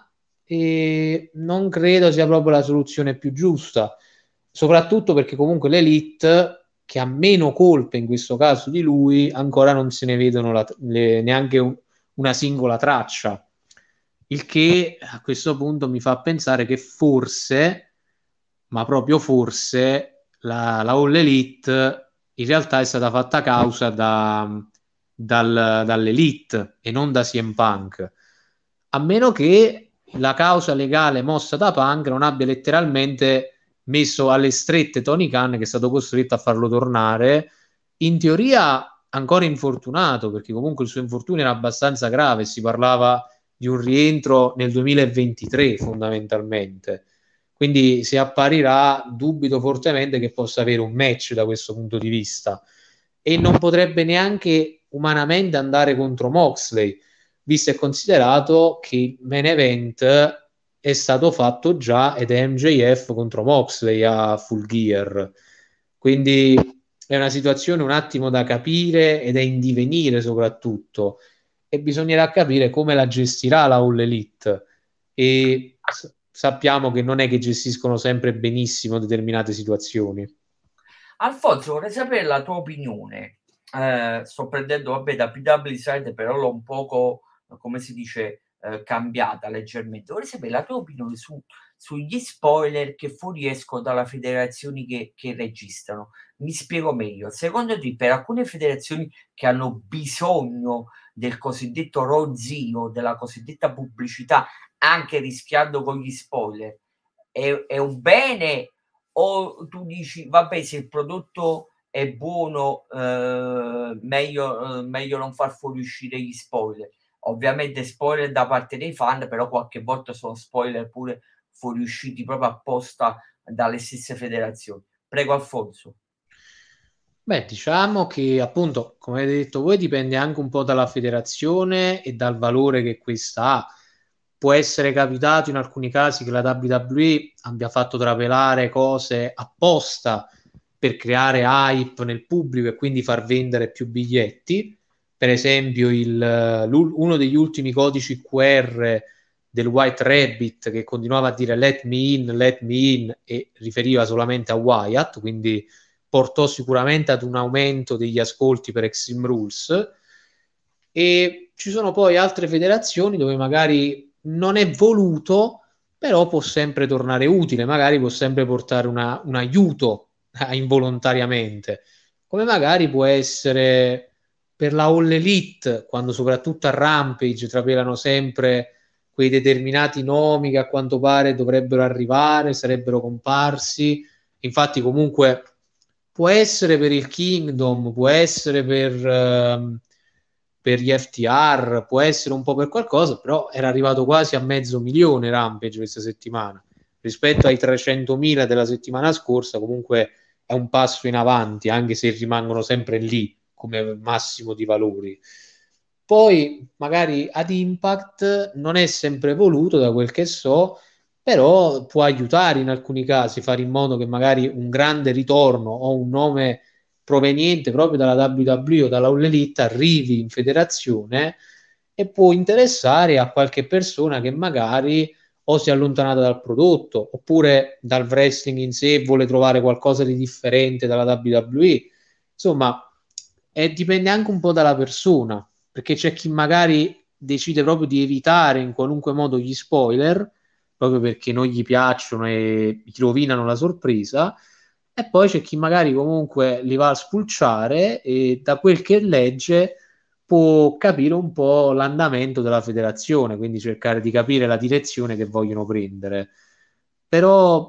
e non credo sia proprio la soluzione più giusta, soprattutto perché comunque l'Elite, che ha meno colpe in questo caso di lui, ancora non se ne vedono la, le, neanche un, una singola traccia, il che a questo punto mi fa pensare che forse, ma proprio forse, la, la All Elite in realtà è stata fatta causa da, dal, dall'Elite e non da C M Punk, a meno che la causa legale mossa da Punk non abbia letteralmente messo alle strette Tony Khan, che è stato costretto a farlo tornare, in teoria ancora infortunato, perché comunque il suo infortunio era abbastanza grave, si parlava di un rientro nel duemilaventitré fondamentalmente. Quindi se apparirà, dubito fortemente che possa avere un match da questo punto di vista, e non potrebbe neanche umanamente andare contro Moxley, visto e considerato che il main event è stato fatto già ed è M J F contro Moxley a Full Gear. Quindi è una situazione un attimo da capire ed è in divenire soprattutto, e bisognerà capire come la gestirà la All Elite, e s- sappiamo che non è che gestiscono sempre benissimo determinate situazioni. Alfonso, vorrei sapere la tua opinione. Eh, sto prendendo, vabbè, da P W Side, però l'ho un poco, come si dice, eh, cambiata leggermente. Vorrei sapere la tua opinione su, sugli spoiler che fuoriescono dalla federazione che, che registrano. Mi spiego meglio. Secondo te, per alcune federazioni che hanno bisogno del cosiddetto rozio, della cosiddetta pubblicità, anche rischiando con gli spoiler, è, è un bene? O tu dici, vabbè, se il prodotto è buono, eh, meglio, eh, meglio non far fuoriuscire gli spoiler? Ovviamente spoiler da parte dei fan, però qualche volta sono spoiler pure fuoriusciti proprio apposta dalle stesse federazioni. Prego, Alfonso. Beh, diciamo che appunto, come avete detto voi, dipende anche un po' dalla federazione e dal valore che questa ha. Può essere capitato in alcuni casi che la W W E abbia fatto trapelare cose apposta per creare hype nel pubblico e quindi far vendere più biglietti. Per esempio, il, uno degli ultimi codici Q R del White Rabbit, che continuava a dire let me in, let me in, e riferiva solamente a Wyatt, quindi portò sicuramente ad un aumento degli ascolti per Extreme Rules. E ci sono poi altre federazioni dove magari non è voluto, però può sempre tornare utile, magari può sempre portare una, un aiuto eh, involontariamente, come magari può essere per la All Elite, quando soprattutto a Rampage trapelano sempre quei determinati nomi che a quanto pare dovrebbero arrivare, sarebbero comparsi. Infatti comunque può essere per il Kingdom, può essere per, ehm, per gli F T R, può essere un po' per qualcosa, però era arrivato quasi a mezzo milione Rampage questa settimana. Rispetto ai trecentomila della settimana scorsa, comunque è un passo in avanti, anche se rimangono sempre lì come massimo di valori. Poi magari ad Impact non è sempre voluto, da quel che so, però può aiutare in alcuni casi, fare in modo che magari un grande ritorno o un nome proveniente proprio dalla W W E o dalla All Elite arrivi in federazione e può interessare a qualche persona che magari o si è allontanata dal prodotto oppure dal wrestling in sé e vuole trovare qualcosa di differente dalla W W E. Insomma, eh, dipende anche un po' dalla persona, perché c'è chi magari decide proprio di evitare in qualunque modo gli spoiler, proprio perché non gli piacciono e gli rovinano la sorpresa, e poi c'è chi magari comunque li va a spulciare e da quel che legge può capire un po' l'andamento della federazione, quindi cercare di capire la direzione che vogliono prendere. Però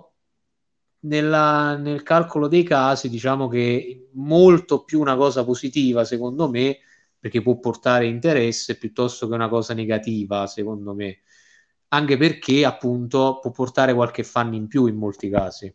nella- nel calcolo dei casi, diciamo che molto più una cosa positiva, secondo me, perché può portare interesse piuttosto che una cosa negativa, secondo me, anche perché appunto può portare qualche fan in più in molti casi.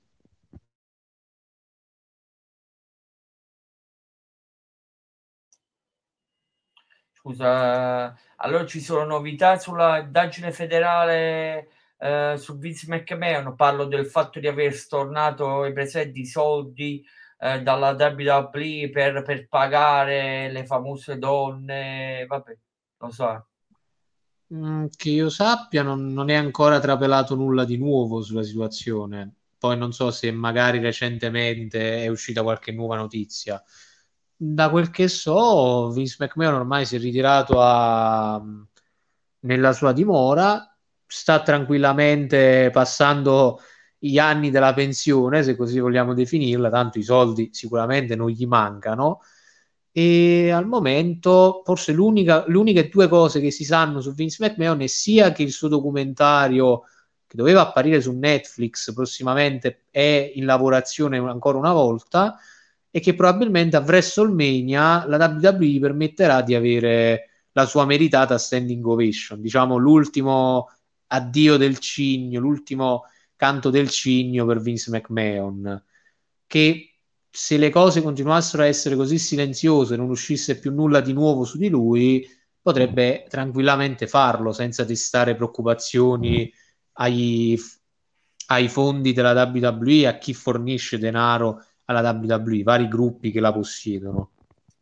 Scusa, allora ci sono novità sulla indagine federale eh, su Vince McMahon? Parlo del fatto di aver stornato i presenti soldi eh, dalla W W E per, per pagare le famose donne, vabbè, lo so. Mm, che io sappia, non, non è ancora trapelato nulla di nuovo sulla situazione. Poi non so se magari recentemente è uscita qualche nuova notizia. Da quel che so, Vince McMahon ormai si è ritirato a- nella sua dimora, sta tranquillamente passando gli anni della pensione, se così vogliamo definirla, tanto i soldi sicuramente non gli mancano. E al momento, forse l'unica, le uniche due cose che si sanno su Vince McMahon è sia che il suo documentario, che doveva apparire su Netflix prossimamente, è in lavorazione ancora una volta, e che probabilmente a WrestleMania la W W E permetterà di avere la sua meritata standing ovation, diciamo l'ultimo addio del cigno, l'ultimo canto del cigno per Vince McMahon, che se le cose continuassero a essere così silenziose e non uscisse più nulla di nuovo su di lui, potrebbe tranquillamente farlo senza destare preoccupazioni ai, ai fondi della W W E, a chi fornisce denaro alla W W E, vari gruppi che la possiedono.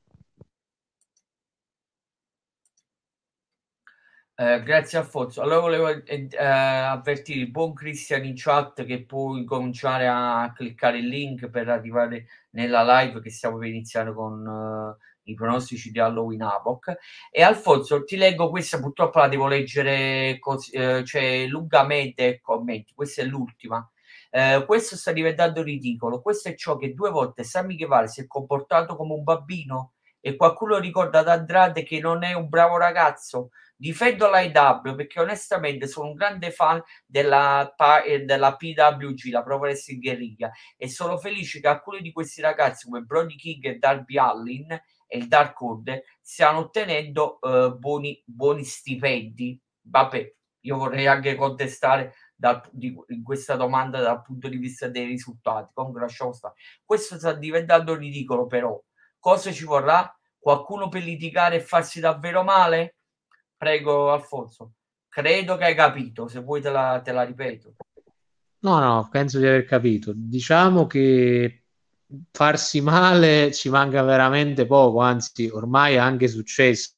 Eh, grazie Alfonso. Allora volevo eh, eh, avvertire il buon Cristian in chat che puoi cominciare a cliccare il link per arrivare nella live che stiamo per iniziare con eh, i pronostici di Halloween Havoc. E Alfonso, ti leggo questa, purtroppo la devo leggere così, eh, cioè lungamente commenti. Questa è l'ultima. Eh, questo sta diventando ridicolo. Questo è ciò che due volte Sammy Guevara si è comportato come un bambino e qualcuno ricorda ad Andrade che non è un bravo ragazzo. Difendo l'A E W perché onestamente sono un grande fan della, della P W G, la Pro Wrestling Guerriglia, e sono felice che alcuni di questi ragazzi come Brody King e Darby Allin e il Dark Order stiano ottenendo eh, buoni, buoni stipendi. Vabbè, io vorrei anche contestare dal, di, in questa domanda dal punto di vista dei risultati. Comunque lasciamo stare. Questo sta diventando ridicolo, però. Cosa ci vorrà? Qualcuno per litigare e farsi davvero male? Prego Alfonso, credo che hai capito, se vuoi te la, te la ripeto. No, no, penso di aver capito. Diciamo che farsi male ci manca veramente poco, anzi, ormai è anche successo.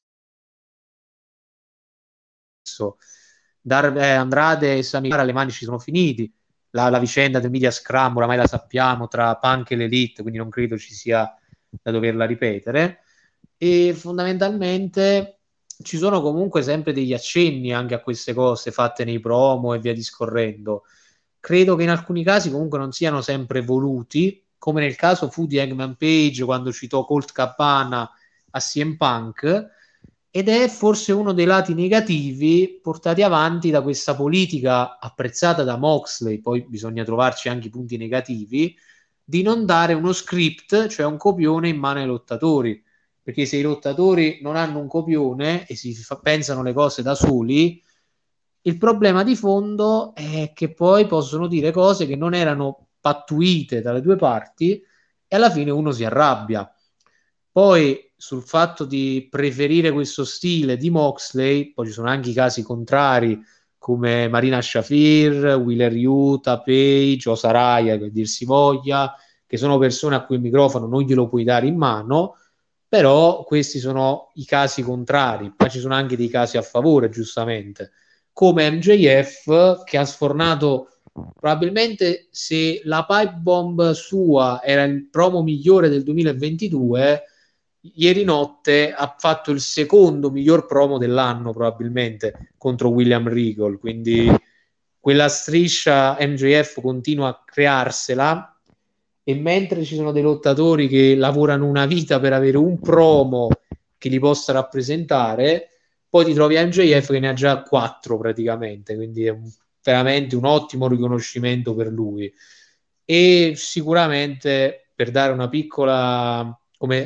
Dar, eh, Andrade e Samira le mani ci sono finiti. La, la vicenda del media scrum oramai la sappiamo tra Punk e l'Elite, quindi non credo ci sia da doverla ripetere. E fondamentalmente ci sono comunque sempre degli accenni anche a queste cose fatte nei promo e via discorrendo. Credo che in alcuni casi comunque non siano sempre voluti, come nel caso fu di Hangman Page quando citò Colt Cabana a C M Punk, ed è forse uno dei lati negativi portati avanti da questa politica apprezzata da Moxley, poi bisogna trovarci anche i punti negativi, di non dare uno script, cioè un copione in mano ai lottatori, perché se i lottatori non hanno un copione e si fa, pensano le cose da soli, il problema di fondo è che poi possono dire cose che non erano pattuite dalle due parti e alla fine uno si arrabbia. Poi sul fatto di preferire questo stile di Moxley, poi ci sono anche i casi contrari come Marina Shafir, Wheeler Yuta, Page o Saraya, che dir si voglia, che sono persone a cui il microfono non glielo puoi dare in mano, però questi sono i casi contrari, ma ci sono anche dei casi a favore, giustamente, come M J F che ha sfornato probabilmente, se la pipe bomb sua era il promo migliore del duemilaventidue, ieri notte ha fatto il secondo miglior promo dell'anno probabilmente contro William Regal, quindi quella striscia M J F continua a crearsela, e mentre ci sono dei lottatori che lavorano una vita per avere un promo che li possa rappresentare, poi ti trovi M J F che ne ha già quattro praticamente, quindi è un, veramente un ottimo riconoscimento per lui. E sicuramente, per dare una piccola come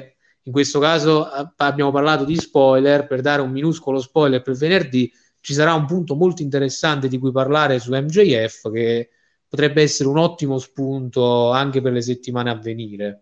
in questo caso abbiamo parlato di spoiler, per dare un minuscolo spoiler per venerdì, ci sarà un punto molto interessante di cui parlare su M J F che potrebbe essere un ottimo spunto anche per le settimane a venire.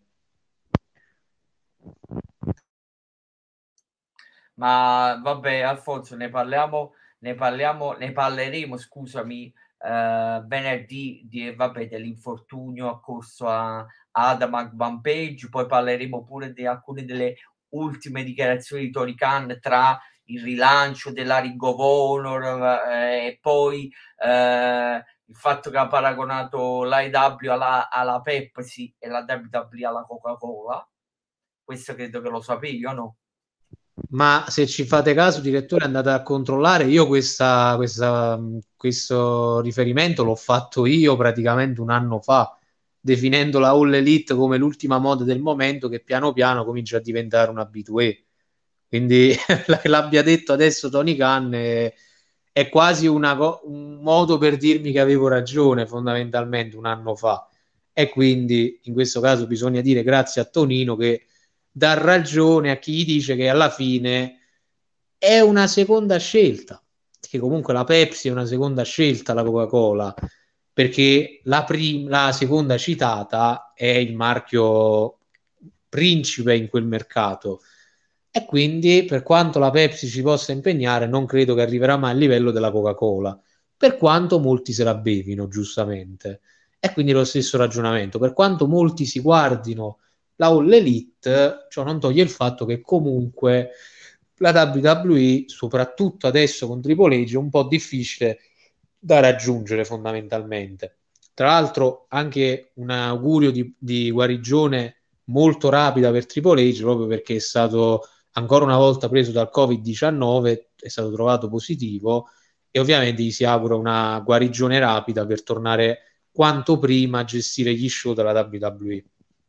Ma vabbè, Alfonso, ne parliamo, ne parliamo, ne parleremo, scusami, eh, venerdì di, vabbè, dell'infortunio occorso a Adam Van Page, poi parleremo pure di alcune delle ultime dichiarazioni di Tony Khan tra il rilancio della Ring of Honor eh, e poi eh, il fatto che ha paragonato l'A E W alla, alla Pepsi e la W W E alla Coca-Cola. Questo credo che lo sapevi o no? Ma se ci fate caso, direttore, andate a controllare. Io questa, questa, questo riferimento l'ho fatto io praticamente un anno fa, definendo la All Elite come l'ultima moda del momento che piano piano comincia a diventare un abitué. Quindi che l'abbia detto adesso Tony Khan è, è quasi una co- un modo per dirmi che avevo ragione fondamentalmente un anno fa. E quindi in questo caso bisogna dire grazie a Tonino che dà ragione a chi gli dice che alla fine è una seconda scelta, che comunque la Pepsi è una seconda scelta, la Coca-Cola, perché la, prim- la seconda citata è il marchio principe in quel mercato. E quindi, per quanto la Pepsi ci possa impegnare, non credo che arriverà mai al livello della Coca-Cola, per quanto molti se la bevino, giustamente. E quindi lo stesso ragionamento, per quanto molti si guardino la All Elite, ciò non toglie il fatto che comunque la W W E, soprattutto adesso con Triple H, è un po' difficile da raggiungere fondamentalmente. Tra l'altro anche un augurio di, di guarigione molto rapida per Triple H, proprio perché è stato ancora una volta preso dal covid diciannove, è stato trovato positivo e ovviamente gli si augura una guarigione rapida per tornare quanto prima a gestire gli show della W W E.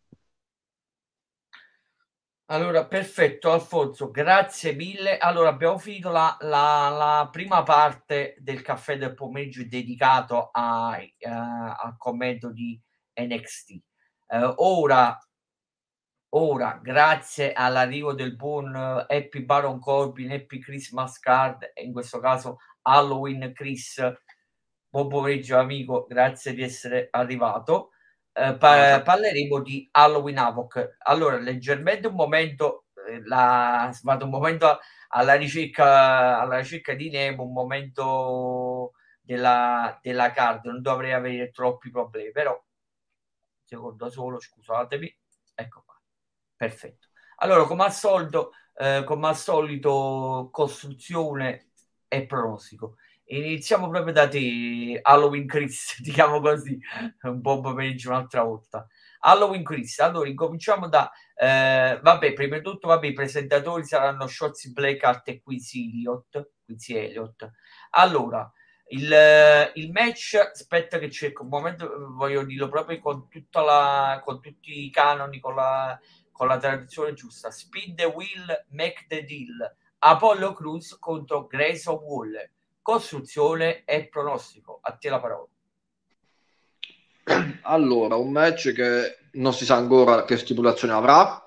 Allora, perfetto, Alfonso, grazie mille. Allora, abbiamo finito la, la, la prima parte del caffè del pomeriggio dedicato a, eh, al commento di N X T. Eh, ora, ora, grazie all'arrivo del buon eh, Happy Baron Corbin, Happy Christmas Card, e in questo caso Halloween Chris, buon pomeriggio amico, grazie di essere arrivato. Eh, pa- parleremo di Halloween Havoc. Allora, leggermente un momento, eh, la, vado un momento alla ricerca, alla ricerca di Nemo, un momento della, della card, non dovrei avere troppi problemi, però un secondo solo, scusatemi, ecco qua, perfetto. Allora, come al solito, eh, come al solito, costruzione e pronostico. Iniziamo proprio da te, Halloween Chris, diciamo così, un po' pomeriggio un'altra volta. Halloween Chris, allora incominciamo da, eh, vabbè, prima di tutto, vabbè, i presentatori saranno Shotzi Blackheart e Quincy Elliott, Quincy Elliott. Allora, il, il match, aspetta che cerco un momento, voglio dirlo proprio con tutta la, con tutti i canoni, con la, con la traduzione giusta. Speed the Wheel, Make the Deal. Apollo Cruz contro Grayson Waller. Costruzione e pronostico. A te la parola. Allora, un match che non si sa ancora che stipulazione avrà.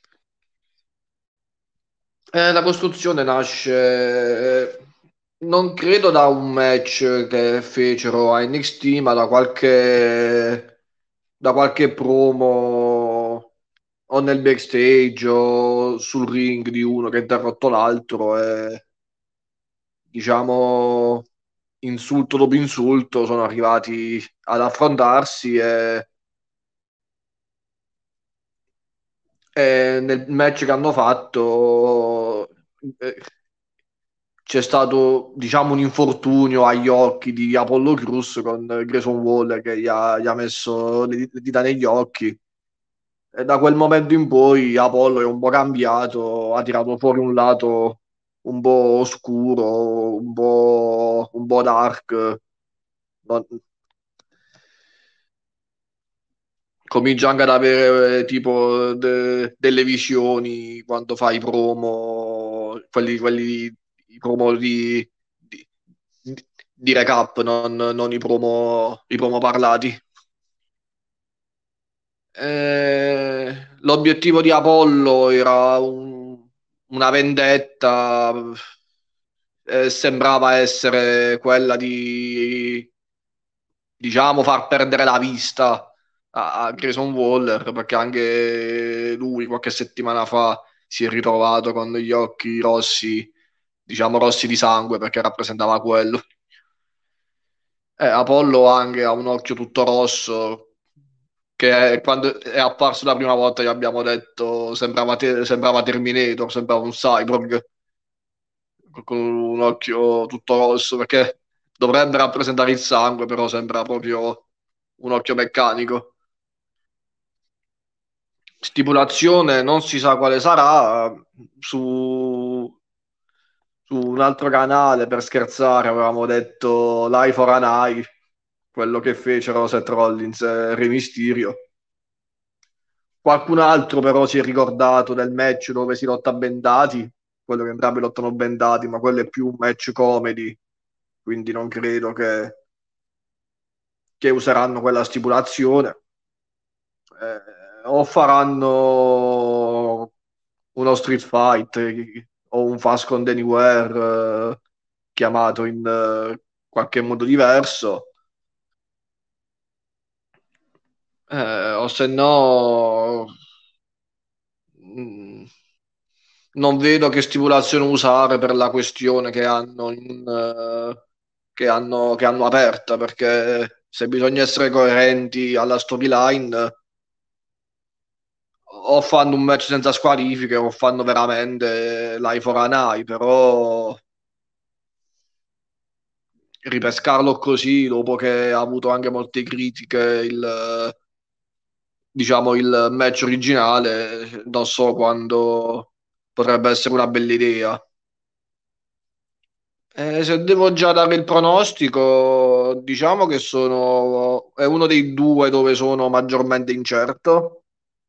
Eh, la costruzione nasce, eh, non credo da un match che fecero a N X T, ma da qualche, da qualche promo o nel backstage o sul ring di uno che ha interrotto l'altro e diciamo insulto dopo insulto sono arrivati ad affrontarsi e E nel match che hanno fatto eh, c'è stato, diciamo, un infortunio agli occhi di Apollo Crews con Grayson Waller che gli ha, gli ha messo le le dita negli occhi. E da quel momento in poi Apollo è un po' cambiato, ha tirato fuori un lato un po' oscuro, un po', un po' dark. Non- Comincia anche ad avere eh, tipo de- delle visioni quando fa i promo, quelli, quelli i promo di, di, di recap, non, non i promo, i promo parlati. Eh, l'obiettivo di Apollo era un- una vendetta, eh, sembrava essere quella di, diciamo, far perdere la vista a, a Grayson Waller, perché anche lui qualche settimana fa si è ritrovato con gli occhi rossi, diciamo rossi di sangue, perché rappresentava quello. Eh, Apollo anche ha un occhio tutto rosso, che è- quando è apparso la prima volta gli abbiamo detto sembrava, te- sembrava Terminator, sembrava un cyborg con un occhio tutto rosso, perché dovrebbe rappresentare il sangue, però sembra proprio un occhio meccanico. Stipulazione non si sa quale sarà, su, su un altro canale per scherzare avevamo detto Life for an Eye, quello che fecero Seth Rollins e Rey Mysterio. Qualcun altro però si è ricordato del match dove si lotta bendati, quello che entrambi lottano bendati, ma quello è più un match comedy, quindi non credo che, che useranno quella stipulazione. Eh, o faranno uno street fight eh, o un Fast con Anywhere eh, chiamato in eh, qualche modo diverso, eh, o se no mh, non vedo che stipulazione usare per la questione che hanno, in, eh, che hanno, che hanno aperta, perché se bisogna essere coerenti alla storyline, o fanno un match senza squalifiche o fanno veramente l'Eye for an Eye, però ripescarlo così dopo che ha avuto anche molte critiche il, diciamo, il match originale, non so quando potrebbe essere una bella idea. Eh, se devo già dare il pronostico, diciamo che sono, è uno dei due dove sono maggiormente incerto.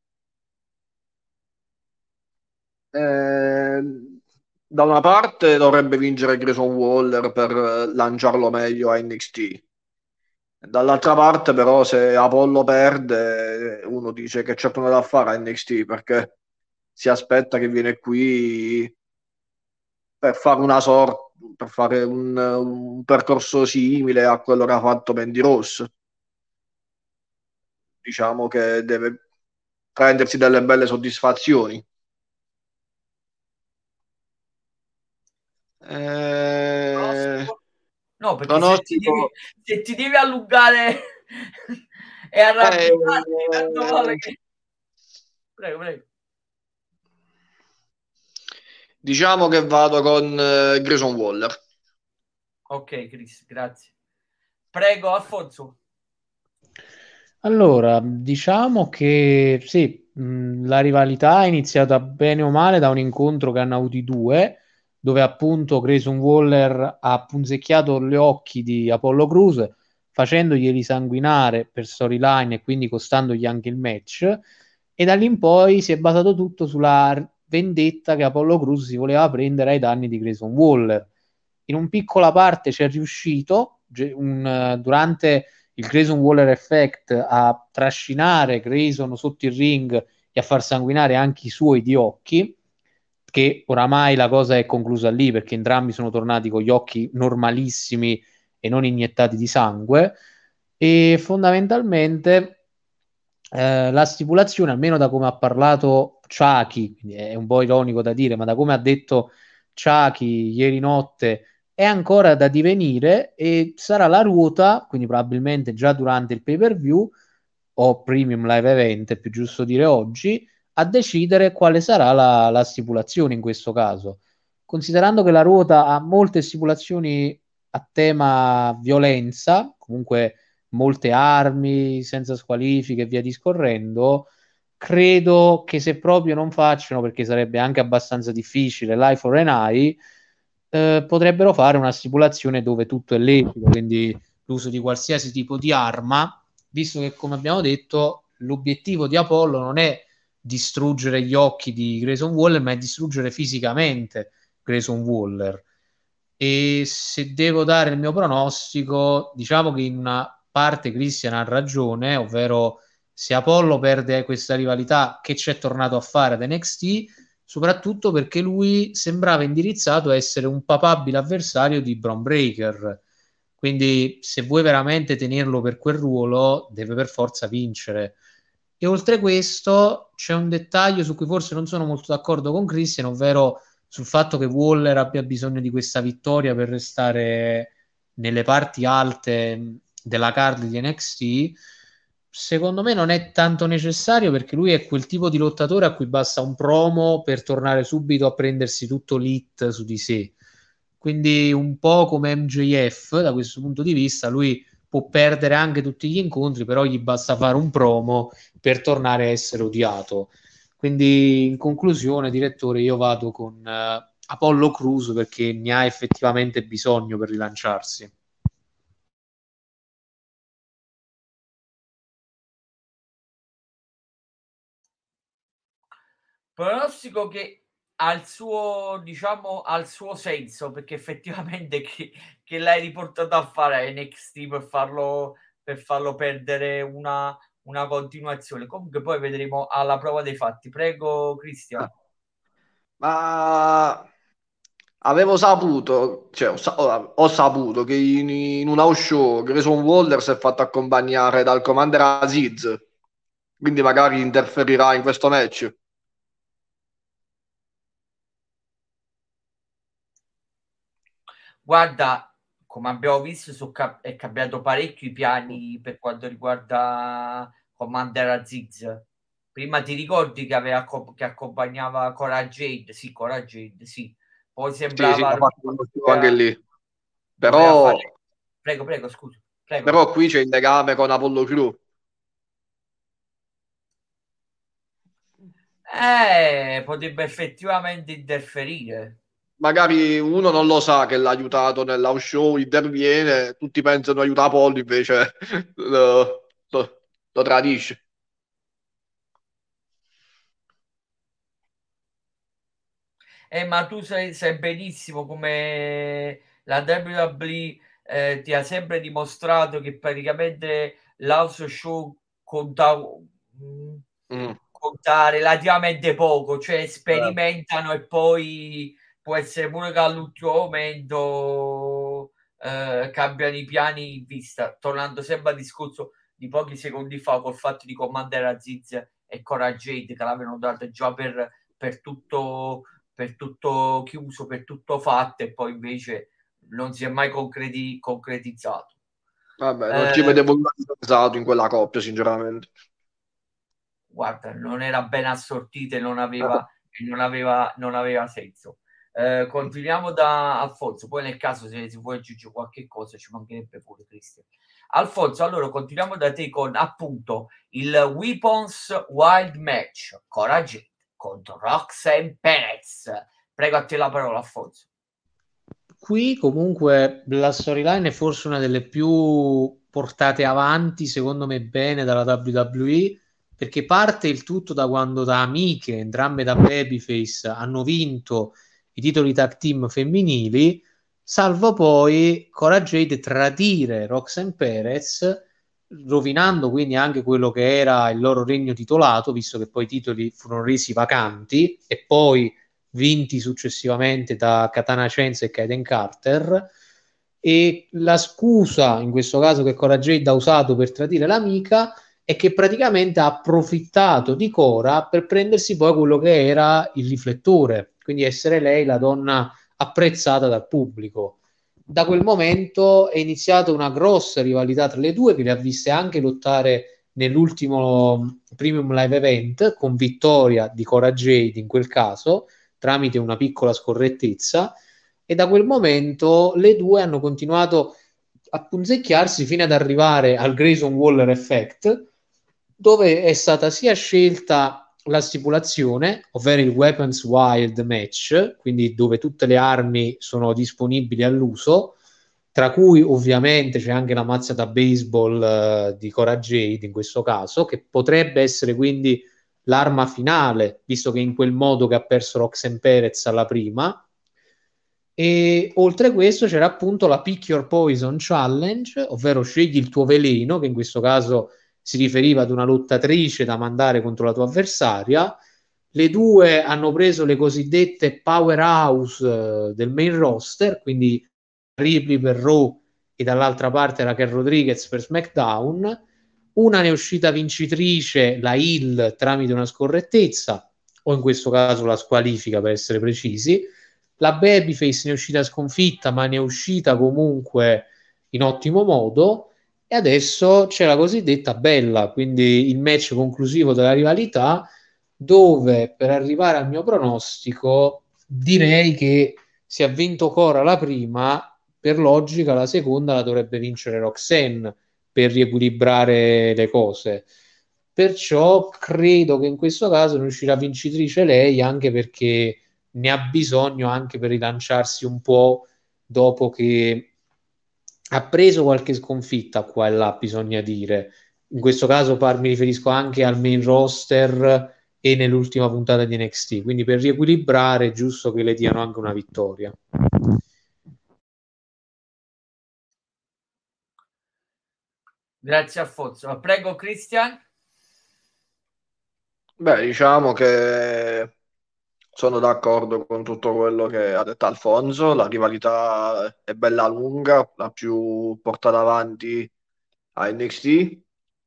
Eh, da una parte dovrebbe vincere Grayson Waller per eh, lanciarlo meglio a N X T. Dall'altra parte, però, se Apollo perde, uno dice che c'è da fare a N X T perché si aspetta che viene qui per fare una sorta, per fare un, un percorso simile a quello che ha fatto Mandy Rose. Diciamo che deve prendersi delle belle soddisfazioni. Eh, Pronostico? No, perché se ti devi, pronostico. se ti devi allungare e Eh, arrampicarti, tanto vale che... Prego, prego. diciamo che vado con eh, Grayson Waller. Ok, Chris, grazie. Prego, Alfonso. Allora, diciamo che sì, mh, la rivalità è iniziata bene o male da un incontro che hanno avuto i due, dove appunto Grayson Waller ha punzecchiato gli occhi di Apollo Crews, facendoglieli sanguinare per storyline e quindi costandogli anche il match. E da lì in poi si è basato tutto sulla vendetta che Apollo Crews si voleva prendere ai danni di Grayson Waller. In un piccola parte ci è riuscito, ge- un, eh, durante il Grayson Waller Effect a trascinare Grayson sotto il ring e a far sanguinare anche i suoi di occhi, che oramai la cosa è conclusa lì perché entrambi sono tornati con gli occhi normalissimi e non iniettati di sangue. E fondamentalmente eh, la stipulazione, almeno da come ha parlato Chucky, quindi è un po' ironico da dire, ma da come ha detto Chucky ieri notte, è ancora da divenire e sarà la ruota, quindi probabilmente già durante il pay-per-view o premium live event, è più giusto dire oggi, a decidere quale sarà la, la stipulazione in questo caso. Considerando che la ruota ha molte stipulazioni a tema violenza, comunque molte armi, senza squalifiche e via discorrendo, credo che se proprio non facciano, perché sarebbe anche abbastanza difficile, Life for an Eye, eh, potrebbero fare una stipulazione dove tutto è lecito, quindi l'uso di qualsiasi tipo di arma, visto che, come abbiamo detto, l'obiettivo di Apollo non è distruggere gli occhi di Grayson Waller, ma è distruggere fisicamente Grayson Waller. E se devo dare il mio pronostico, diciamo che in una parte Christian ha ragione, ovvero se Apollo perde questa rivalità, che c'è tornato a fare ad N X T, soprattutto perché lui sembrava indirizzato a essere un papabile avversario di Bron Breakker. Quindi se vuoi veramente tenerlo per quel ruolo, deve per forza vincere. E oltre questo c'è un dettaglio su cui forse non sono molto d'accordo con Christian, ovvero sul fatto che Waller abbia bisogno di questa vittoria per restare nelle parti alte della card di N X T. Secondo me non è tanto necessario, perché lui è quel tipo di lottatore a cui basta un promo per tornare subito a prendersi tutto l'hit su di sé. Quindi un po' come M J F da questo punto di vista, lui può perdere anche tutti gli incontri, però gli basta fare un promo per tornare a essere odiato. Quindi in conclusione, direttore, io vado con uh, Apollo Crews perché ne ha effettivamente bisogno per rilanciarsi. Pronostico che al suo, diciamo, al suo senso, perché effettivamente che, che l'hai riportato a fare N X T per farlo, per farlo perdere una, una continuazione. Comunque poi vedremo alla prova dei fatti. Prego, Cristian. Ma avevo saputo, cioè ho, ho saputo che in, in un house show Grayson Waller si è fatto accompagnare dal Commander Aziz, quindi magari interferirà in questo match. Guarda, come abbiamo visto, so cap- è cambiato parecchio i piani per quanto riguarda Commander Aziz. Prima ti ricordi che, aveva co- che accompagnava Cora Jade? Sì, Cora Jade, sì. Poi Sì, sì, sembrava ha lui fatto uno show anche doveva, lì. doveva fare... Però, Prego, prego, scusa. Prego. però qui c'è il legame con Apollo Crew. Eh, potrebbe effettivamente interferire. Magari uno non lo sa che l'ha aiutato nell'house show, interviene, tutti pensano aiuta Apollo, invece lo, lo- lo tradisce. Eh, ma tu sai, sai benissimo come la W W E eh, ti ha sempre dimostrato che praticamente l'house show conta, mh, Mm. conta relativamente poco, cioè Eh. sperimentano e poi può essere pure che all'ultimo momento eh, cambiano i piani in vista, tornando sempre al discorso di pochi secondi fa col fatto di Commander Aziz e Cora Jade che l'avevano dato già per, per tutto per tutto chiuso, per tutto fatto, e poi invece non si è mai concreti- concretizzato. Vabbè, non ci Eh, vedevo nulla di pensato in quella coppia, sinceramente. guarda, non era ben assortita e non aveva, non aveva, non aveva senso. Eh, continuiamo da Alfonso, poi nel caso se si vuole aggiungere qualche cosa ci mancherebbe pure Cristian. Alfonso, allora continuiamo da te con appunto il Weapons Wild Match Cora Jade contro Roxanne Perez. Prego, a te la parola, Alfonso. Qui comunque la storyline è forse una delle più portate avanti, secondo me, bene dalla W W E, perché parte il tutto da quando da amiche, entrambe da babyface, hanno vinto i titoli tag team femminili, salvo poi Cora Jade tradire Roxanne Perez, rovinando quindi anche quello che era il loro regno titolato, visto che poi i titoli furono resi vacanti e poi vinti successivamente da Katana Chance e Kaden Carter. E la scusa in questo caso che Cora Jade ha usato per tradire l'amica è che praticamente ha approfittato di Cora per prendersi poi quello che era il riflettore, quindi essere lei la donna apprezzata dal pubblico. Da quel momento è iniziata una grossa rivalità tra le due, che le ha viste anche lottare nell'ultimo Premium Live Event con vittoria di Cora Jade in quel caso tramite una piccola scorrettezza, e da quel momento le due hanno continuato a punzecchiarsi fino ad arrivare al Grayson Waller Effect, dove è stata sia scelta la stipulazione, ovvero il Weapons Wild Match, quindi dove tutte le armi sono disponibili all'uso, tra cui ovviamente c'è anche la mazza da baseball uh, di Cora Jade in questo caso, che potrebbe essere quindi l'arma finale, visto che in quel modo che ha perso Roxanne Perez alla prima. E oltre a questo c'era appunto la Pick Your Poison Challenge, ovvero scegli il tuo veleno, che in questo caso si riferiva ad una lottatrice da mandare contro la tua avversaria. Le due hanno preso le cosiddette powerhouse eh, del main roster, quindi Ripley per Raw e dall'altra parte Raquel Rodriguez per SmackDown. Una ne è uscita vincitrice, la Hill, tramite una scorrettezza, o in questo caso la squalifica per essere precisi. La Babyface ne è uscita sconfitta, ma ne è uscita comunque in ottimo modo. E adesso c'è la cosiddetta bella, quindi il match conclusivo della rivalità, dove per arrivare al mio pronostico direi che si è vinto Cora la prima, per logica la seconda la dovrebbe vincere Roxanne per riequilibrare le cose. Perciò credo che in questo caso ne uscirà vincitrice lei, anche perché ne ha bisogno anche per rilanciarsi un po' dopo che ha preso qualche sconfitta qua e là, bisogna dire. In questo caso par- mi riferisco anche al main roster e nell'ultima puntata di N X T, quindi per riequilibrare è giusto che le diano anche una vittoria. Grazie Alfonso. Prego Christian. Beh, diciamo che sono d'accordo con tutto quello che ha detto Alfonso. La rivalità è bella lunga, la più portata avanti a N X T.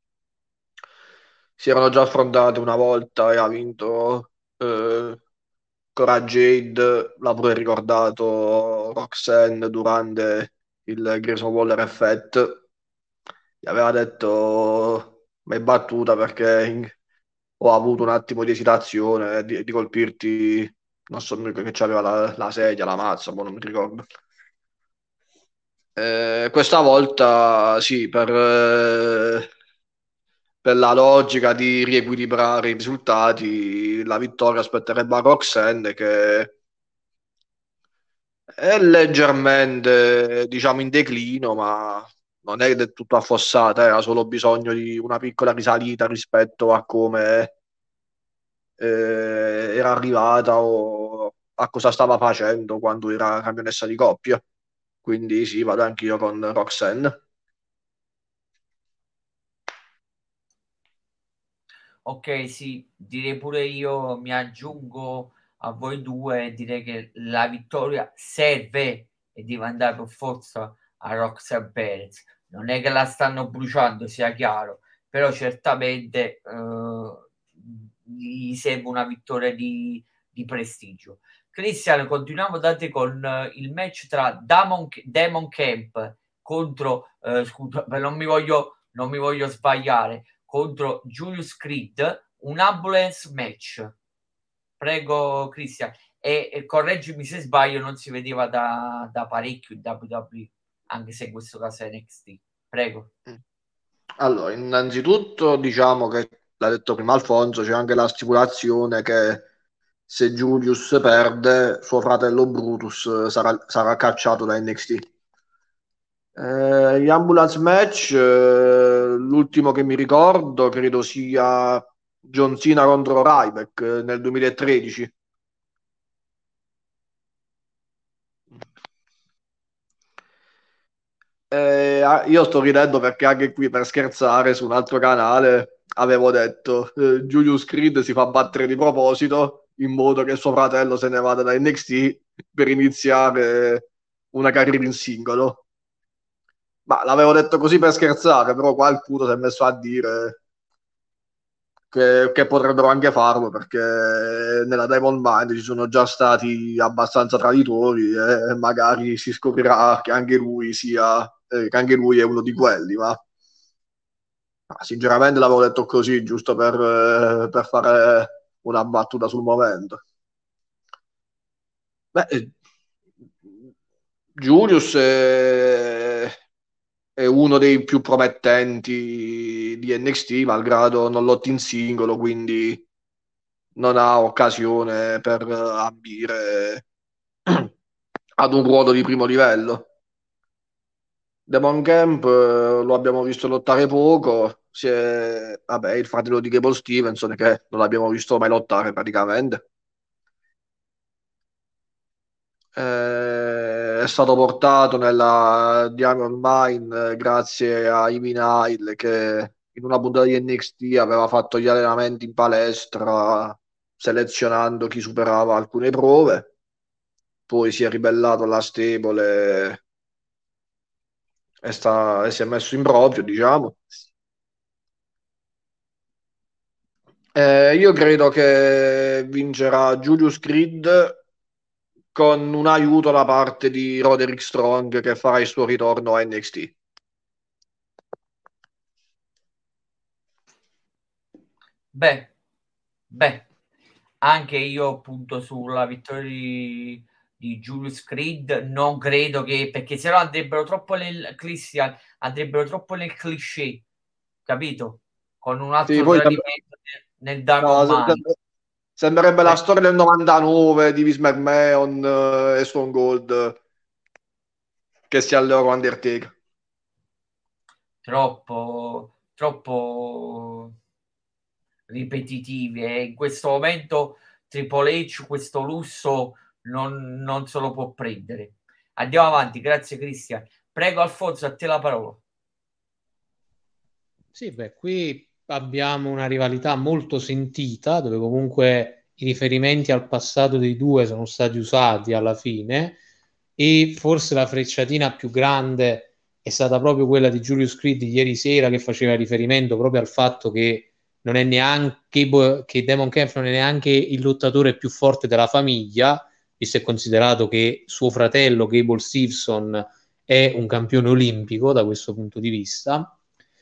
Si erano già affrontate una volta e ha vinto eh, Cora Jade, l'ha pure ricordato Roxanne durante il Grayson Waller Effect. Gli aveva detto: mi è battuta perché in- ho avuto un attimo di esitazione di, di colpirti, non so che c'aveva la, la sedia, la mazza, boh, non mi ricordo. Eh, questa volta sì, per, eh, per la logica di riequilibrare i risultati, la vittoria aspetterebbe a Roxanne, che è leggermente, diciamo, in declino, ma non è del tutto affossata, eh, ha solo bisogno di una piccola risalita rispetto a come eh, era arrivata o a cosa stava facendo quando era campionessa di coppia. Quindi sì, vado anch'io con Roxanne. Ok, sì, direi pure io, mi aggiungo a voi due e direi che la vittoria serve e deve andare per forza a Roxanne Perez. Non è che la stanno bruciando, sia chiaro, però certamente eh, gli serve una vittoria di, di prestigio. Cristiano, continuiamo da te con eh, il match tra Damon, Demon Camp contro, eh, scusa, non mi voglio, non mi voglio sbagliare, contro Julius Creed, un ambulance match. Prego, Cristian. E, e correggimi se sbaglio, non si vedeva da, da parecchio il W W E, anche se in questo caso è N X T. Prego. Allora, innanzitutto diciamo che l'ha detto prima Alfonso, c'è anche la stipulazione che se Julius perde, suo fratello Brutus sarà, sarà cacciato da N X T. Eh, gli ambulance match, eh, l'ultimo che mi ricordo credo sia John Cena contro Ryback eh, nel duemilatredici. Eh, ah, io sto ridendo perché anche qui per scherzare su un altro canale avevo detto eh, Julius Creed si fa battere di proposito in modo che suo fratello se ne vada da N X T per iniziare una carriera in singolo. Ma l'avevo detto così per scherzare, però qualcuno si è messo a dire che, che potrebbero anche farlo perché nella Diamond Mine ci sono già stati abbastanza traditori e magari si scoprirà che anche lui sia eh, che anche lui è uno di quelli, ma, ma sinceramente l'avevo detto così giusto per, eh, per fare una battuta sul momento. Beh, eh, Julius è, è uno dei più promettenti di N X T, malgrado non lotti in singolo, quindi non ha occasione per ambire ad un ruolo di primo livello. Demon Camp eh, lo abbiamo visto lottare poco, si è- vabbè, il fratello di Gable Stevenson che non l'abbiamo visto mai lottare praticamente. Eh, è stato portato nella Diamond Mine eh, grazie a Ivy Nile che in una puntata di N X T aveva fatto gli allenamenti in palestra selezionando chi superava alcune prove, poi si è ribellato alla stable e, sta, e si è messo in proprio, diciamo. Eh, io credo che vincerà Julius Creed con un aiuto da parte di Roderick Strong che farà il suo ritorno a N X T. Beh, beh, anche io punto sulla vittoria di, di Julius Creed. Non credo che, perché sennò andrebbero troppo nel Christian, andrebbero troppo nel cliché, capito? Con un altro Sì, poi tradimento nel, nel Dark no, Money. sembrerebbe Eh. la storia del novantanove di Vince McMahon eh, e Stone Cold eh, che si allea con Undertaker. Troppo, troppo ripetitivi e in questo momento Triple H questo lusso non, non se lo può prendere. Andiamo avanti, grazie Cristian. Prego Alfonso, a te la parola. Sì, beh, qui abbiamo una rivalità molto sentita, dove comunque i riferimenti al passato dei due sono stati usati alla fine, e forse la frecciatina più grande è stata proprio quella di Julius Creed ieri sera, che faceva riferimento proprio al fatto che non è neanche che Damon Kemp non è neanche il lottatore più forte della famiglia, visto e considerato che suo fratello Gable Stevenson è un campione olimpico da questo punto di vista.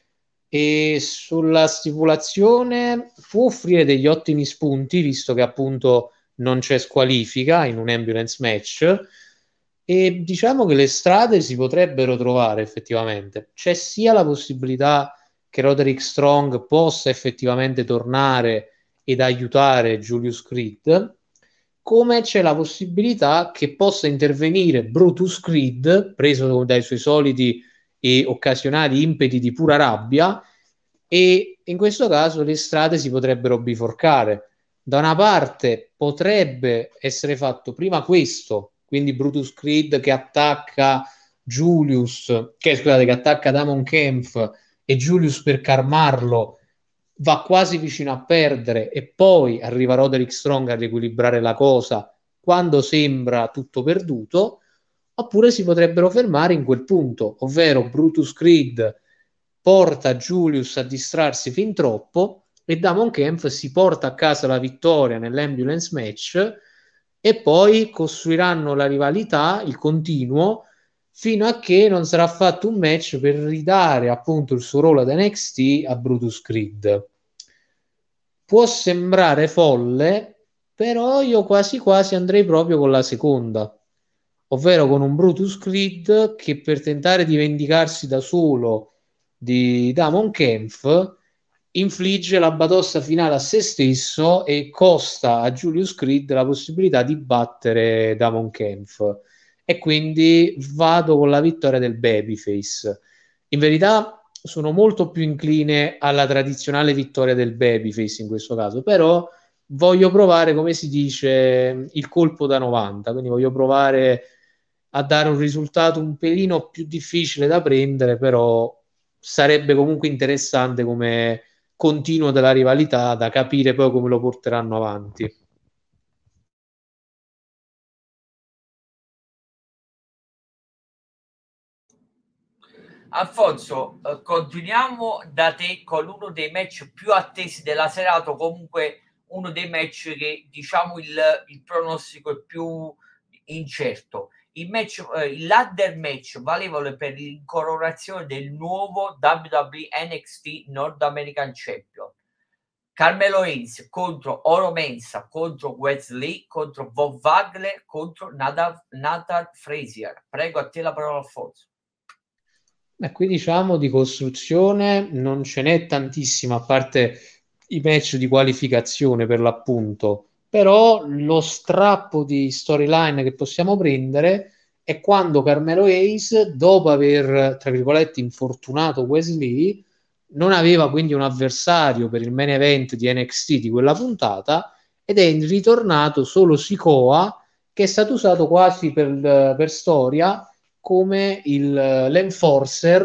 E sulla stipulazione può offrire degli ottimi spunti, visto che appunto non c'è squalifica in un ambulance match, e diciamo che le strade si potrebbero trovare effettivamente. C'è sia la possibilità che Roderick Strong possa effettivamente tornare ed aiutare Julius Creed, come c'è la possibilità che possa intervenire Brutus Creed, preso dai suoi soliti e occasionali impeti di pura rabbia, e in questo caso le strade si potrebbero biforcare. Da una parte potrebbe essere fatto prima questo, quindi Brutus Creed che attacca Julius, che scusate, che attacca Damon Kempf, e Julius per calmarlo va quasi vicino a perdere, e poi arriva Roderick Strong a riequilibrare la cosa quando sembra tutto perduto. Oppure si potrebbero fermare in quel punto, ovvero Brutus Creed porta Julius a distrarsi fin troppo e Damon Kempf si porta a casa la vittoria nell'ambulance match, e poi costruiranno la rivalità, il continuo, fino a che non sarà fatto un match per ridare appunto il suo ruolo ad N X T a Brutus Creed. Può sembrare folle, però io quasi quasi andrei proprio con la seconda, ovvero con un Brutus Creed che per tentare di vendicarsi da solo di Damon Kempf infligge la batosta finale a se stesso e costa a Julius Creed la possibilità di battere Damon Kempf, e quindi vado con la vittoria del babyface. In verità sono molto più incline alla tradizionale vittoria del babyface in questo caso, però voglio provare, come si dice, il colpo da novanta, quindi voglio provare a dare un risultato un pelino più difficile da prendere, però sarebbe comunque interessante come continuo della rivalità, da capire poi come lo porteranno avanti. Alfonso, eh, continuiamo da te con uno dei match più attesi della serata, o comunque uno dei match che diciamo il, il pronostico è più incerto. Il match, eh, il ladder match valevole per l'incoronazione del nuovo W W E N X T North American Champion. Carmelo Hayes contro Oro Mensa, contro Wesley, contro Von Wagner, contro Nathan, Nathan Frazier. Prego, a te la parola, Alfonso. Beh, qui diciamo di costruzione non ce n'è tantissima, a parte i match di qualificazione per l'appunto, però lo strappo di storyline che possiamo prendere è quando Carmelo Hayes, dopo aver, tra virgolette, infortunato Wesley, non aveva quindi un avversario per il main event di N X T di quella puntata, ed è ritornato solo Sikoa, che è stato usato quasi per, per storia come il, l'enforcer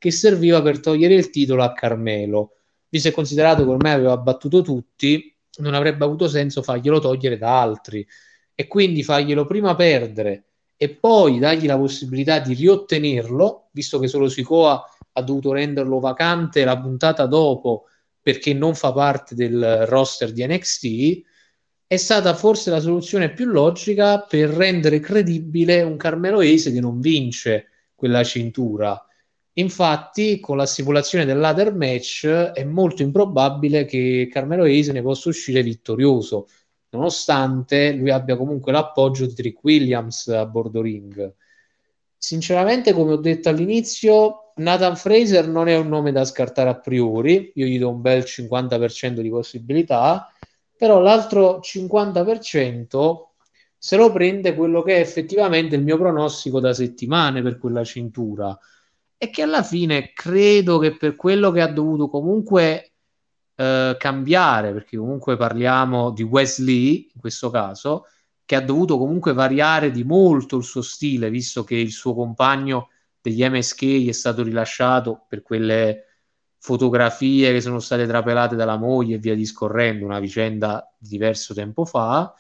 che serviva per togliere il titolo a Carmelo. Visto e considerato che ormai aveva battuto tutti, non avrebbe avuto senso farglielo togliere da altri, e quindi farglielo prima perdere e poi dargli la possibilità di riottenerlo, visto che solo Sikoa ha dovuto renderlo vacante la puntata dopo perché non fa parte del roster di N X T, è stata forse la soluzione più logica per rendere credibile un Carmelo Hayes che non vince quella cintura. Infatti, con la stipulazione del ladder match è molto improbabile che Carmelo Hayes ne possa uscire vittorioso, nonostante lui abbia comunque l'appoggio di Trick Williams a bordo ring. Sinceramente, come ho detto all'inizio, Nathan Fraser non è un nome da scartare a priori, io gli do un bel cinquanta per cento di possibilità, però l'altro cinquanta per cento se lo prende quello che è effettivamente il mio pronostico da settimane per quella cintura, e che alla fine credo che per quello che ha dovuto comunque eh, cambiare, perché comunque parliamo di Wesley in questo caso, che ha dovuto comunque variare di molto il suo stile, visto che il suo compagno degli M S K è stato rilasciato per quelle fotografie che sono state trapelate dalla moglie e via discorrendo, una vicenda di diverso tempo fa,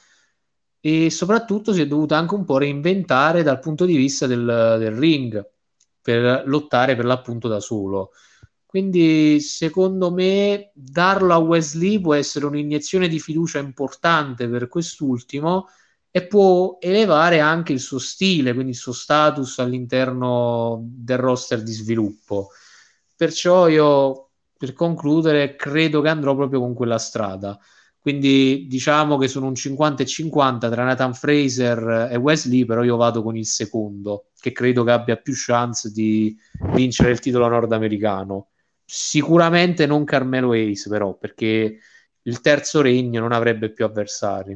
e soprattutto si è dovuto anche un po' reinventare dal punto di vista del, del ring per lottare per l'appunto da solo. Quindi secondo me darlo a Wesley può essere un'iniezione di fiducia importante per quest'ultimo e può elevare anche il suo stile, quindi il suo status all'interno del roster di sviluppo. Perciò io, per concludere, credo che andrò proprio con quella strada. Quindi diciamo che sono un cinquanta e cinquanta tra Nathan Fraser e Wesley, però io vado con il secondo, che credo che abbia più chance di vincere il titolo nordamericano. Sicuramente non Carmelo Hayes, però, perché il terzo regno non avrebbe più avversari.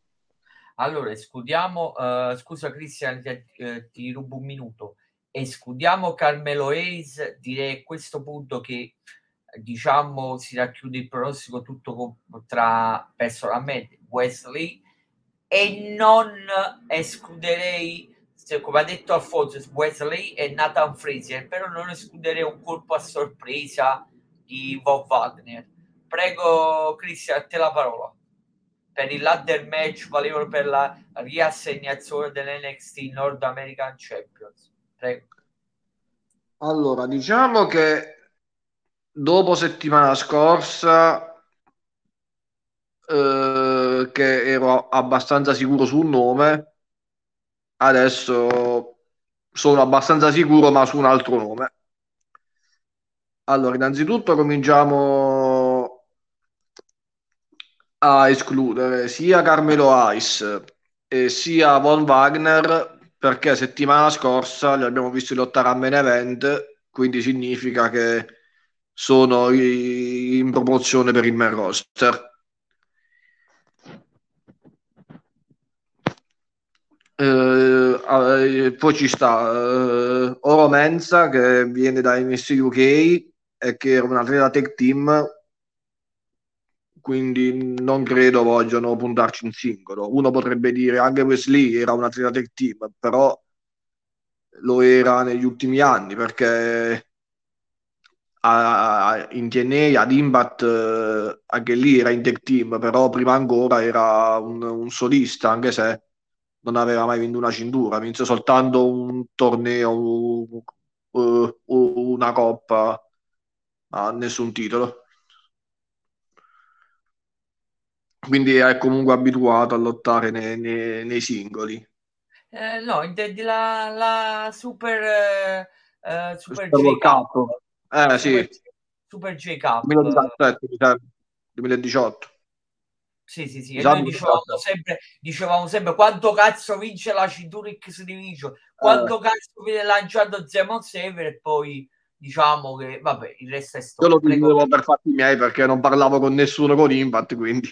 Allora, escludiamo, uh, scusa Cristian, ti, eh, ti rubo un minuto, escludiamo Carmelo Hayes, direi a questo punto che diciamo si racchiude il pronostico tutto con, tra personalmente Wesley, e non escluderei, se, come ha detto Alfonso, Wesley e Nathan Fraser, però non escluderei un colpo a sorpresa di Von Wagner. Prego Cristian, a te la parola. Per il ladder match valevano per la riassegnazione dell'N X T North American Champions. Prego. Allora, diciamo che dopo settimana scorsa eh, che ero abbastanza sicuro sul nome, adesso sono abbastanza sicuro ma su un altro nome. Allora, innanzitutto cominciamo a escludere sia Carmelo Hayes e sia Von Wagner, perché settimana scorsa li abbiamo visti lottare a main event, quindi significa che sono in promozione per il main roster. Eh, poi ci sta eh, Oro Mensa, che viene da M S U K e che era un atleta tech team, quindi non credo vogliono puntarci in singolo. Uno potrebbe dire anche Wesley era un atleta tech team, però lo era negli ultimi anni, perché a, in T N A ad Impact eh, anche lì era in tech team, però prima ancora era un, un solista, anche se non aveva mai vinto una cintura, vinse soltanto un torneo, uh, uh, una coppa, ma nessun titolo. Quindi è comunque abituato a lottare nei, nei, nei singoli. Eh, no, intendi la, la Super, eh, eh, Super Super J World Cup. Cup. Eh Super, sì, Super J Cup. duemiladiciassette, mi sembra. duemiladiciotto. Sì, sì, sì. Mi E sa noi dicevamo duemiladiciassette. sempre, dicevamo sempre quanto cazzo vince la cintura X Division, Eh, quanto cazzo viene lanciato Zemon Saver, e poi diciamo che vabbè, il resto è io lo storia. Prego. dicevo per fatti miei perché non parlavo con nessuno con Impact, quindi.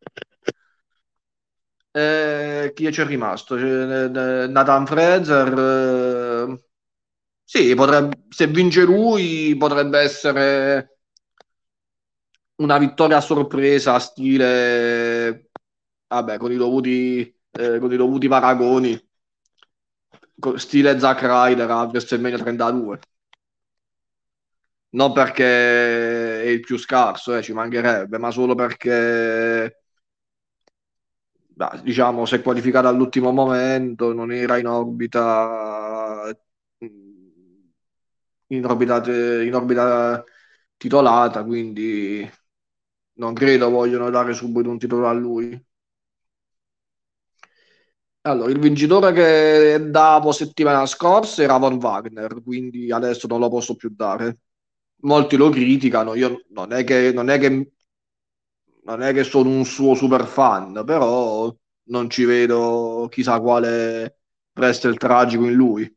Eh, chi c'è rimasto? C'è, eh, Nathan Fraser. eh, sì, potrebbe, se vince lui potrebbe essere una vittoria a sorpresa, stile, vabbè, con i dovuti, eh, con i dovuti paragoni, co- stile Zack Ryder a WrestleMania trentadue. non perché è il più scarso, eh, ci mancherebbe, ma solo perché, beh, diciamo, si è qualificato all'ultimo momento, non era in orbita, in orbita, in orbita titolata, quindi non credo vogliono dare subito un titolo a lui. Allora, il vincitore che davo settimana scorsa era Von Wagner, quindi adesso non lo posso più dare. Molti lo criticano, io non è che, non è che, non è che sono un suo super fan, però non ci vedo chissà quale presta il tragico in lui.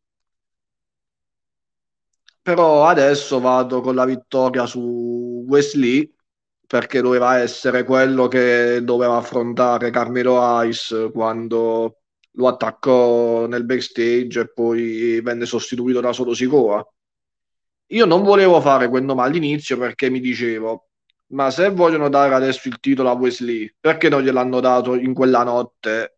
Però adesso vado con la vittoria su Wesley perché doveva essere quello che doveva affrontare Carmelo Hayes quando lo attaccò nel backstage e poi venne sostituito da Solo Sikoa. Io non volevo fare quel nome all'inizio perché mi dicevo, ma se vogliono dare adesso il titolo a Wesley, perché non gliel'hanno dato in quella notte,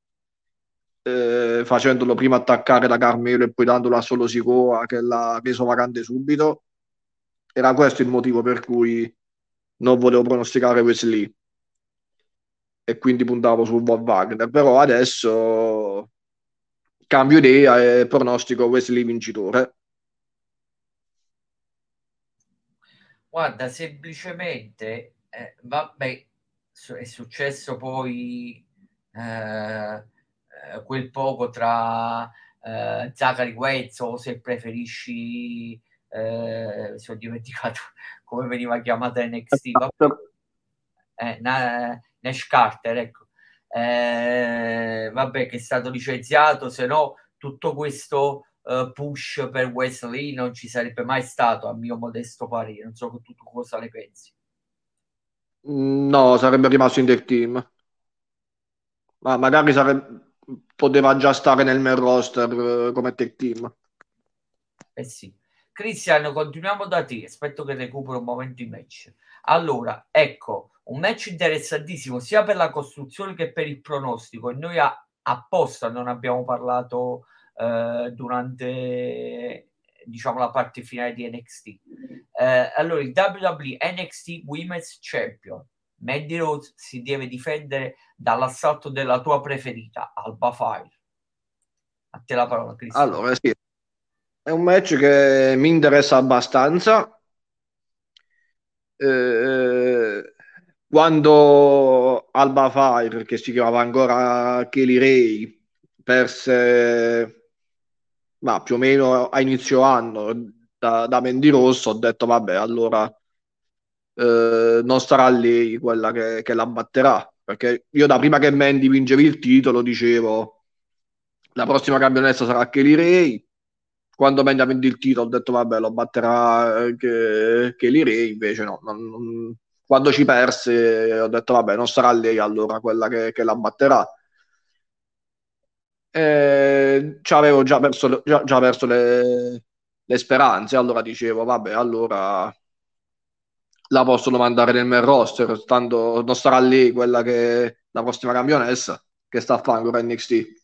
eh, facendolo prima attaccare da Carmelo e poi dandolo a Solo Sikoa che l'ha reso vacante subito? Era questo il motivo per cui non volevo pronosticare Wesley e quindi puntavo su Von Wagner, però adesso cambio idea e pronostico Wesley vincitore. Guarda, semplicemente, eh, vabbè, su- è successo poi eh, eh, quel poco tra eh, Zachary Wentz o se preferisci, eh, mi sono dimenticato come veniva chiamata N X T, vabbè, eh, Na- Nash Carter, ecco. Eh, vabbè, che è stato licenziato, se no tutto questo eh, push per Wesley non ci sarebbe mai stato, a mio modesto parere. Non so tu cosa ne pensi. No, sarebbe rimasto in tech team, ma magari sarebbe, poteva già stare nel main roster eh, come tech team. Eh sì. Cristiano, continuiamo da te. Aspetto che recupero un momento in match. Allora, ecco, un match interessantissimo sia per la costruzione che per il pronostico. E noi a, apposta non abbiamo parlato eh, durante, diciamo, la parte finale di N X T. Eh, allora, il W W E N X T Women's Champion. Mandy Rose si deve difendere dall'assalto della tua preferita, Alba Fire. A te la parola, Cristiano. Allora, sì, è un match che mi interessa abbastanza. Eh, quando Alba Fire, che si chiamava ancora Kelly Ray, perse, ma più o meno a inizio anno da, da Mandy Rosso, ho detto vabbè, allora eh, non sarà lei quella che, che la batterà, perché io da prima che Mandy vincevi il titolo dicevo la prossima campionessa sarà Kelly Ray. Quando Mandy ha vinto il titolo ho detto vabbè, lo batterà eh, che, Kelly Ray, invece no, non- non- quando ci perse ho detto vabbè, non sarà lei allora quella che, che la batterà. Eh, ci avevo già perso, già, già perso le, le speranze, allora dicevo vabbè, allora la possono mandare nel main roster, tanto non sarà lì quella che è la prossima campionessa che sta a fare ancora N X T.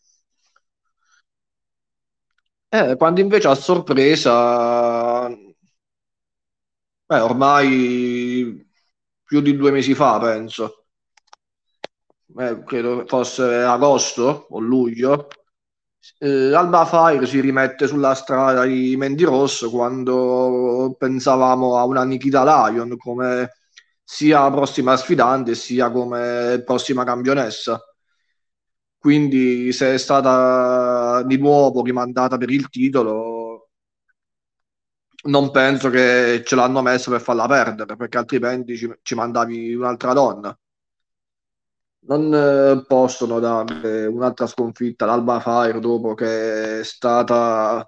Eh, quando invece a sorpresa, beh, ormai più di due mesi fa, penso, eh, credo fosse agosto o luglio, eh, Alba Fire si rimette sulla strada di Mandy Ross quando pensavamo a una Nikita Lion come sia prossima sfidante sia come prossima campionessa. Quindi se è stata di nuovo rimandata per il titolo, non penso che ce l'hanno messa per farla perdere, perché altrimenti ci, ci mandavi un'altra donna. Non eh, possono dare un'altra sconfitta all'Alba Fire dopo che è stata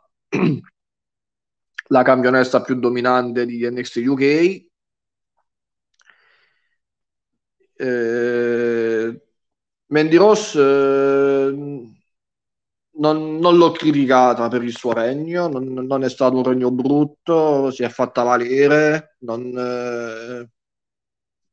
la campionessa più dominante di N X T U K. Eh, Mandy Ross eh, non, non l'ho criticata per il suo regno, non, non è stato un regno brutto, si è fatta valere, non, eh,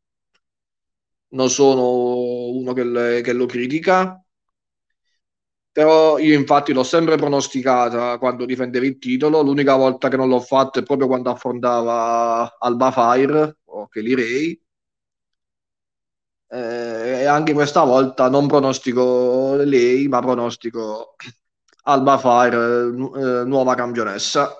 non sono uno che, le- che lo critica, Però io infatti l'ho sempre pronosticata quando difendeva il titolo. L'unica volta che non l'ho fatto è proprio quando affrontava Alba Fire o Kelly Ray. Eh, e anche questa volta non pronostico lei, ma pronostico Alba Fire, nu- eh, nuova campionessa.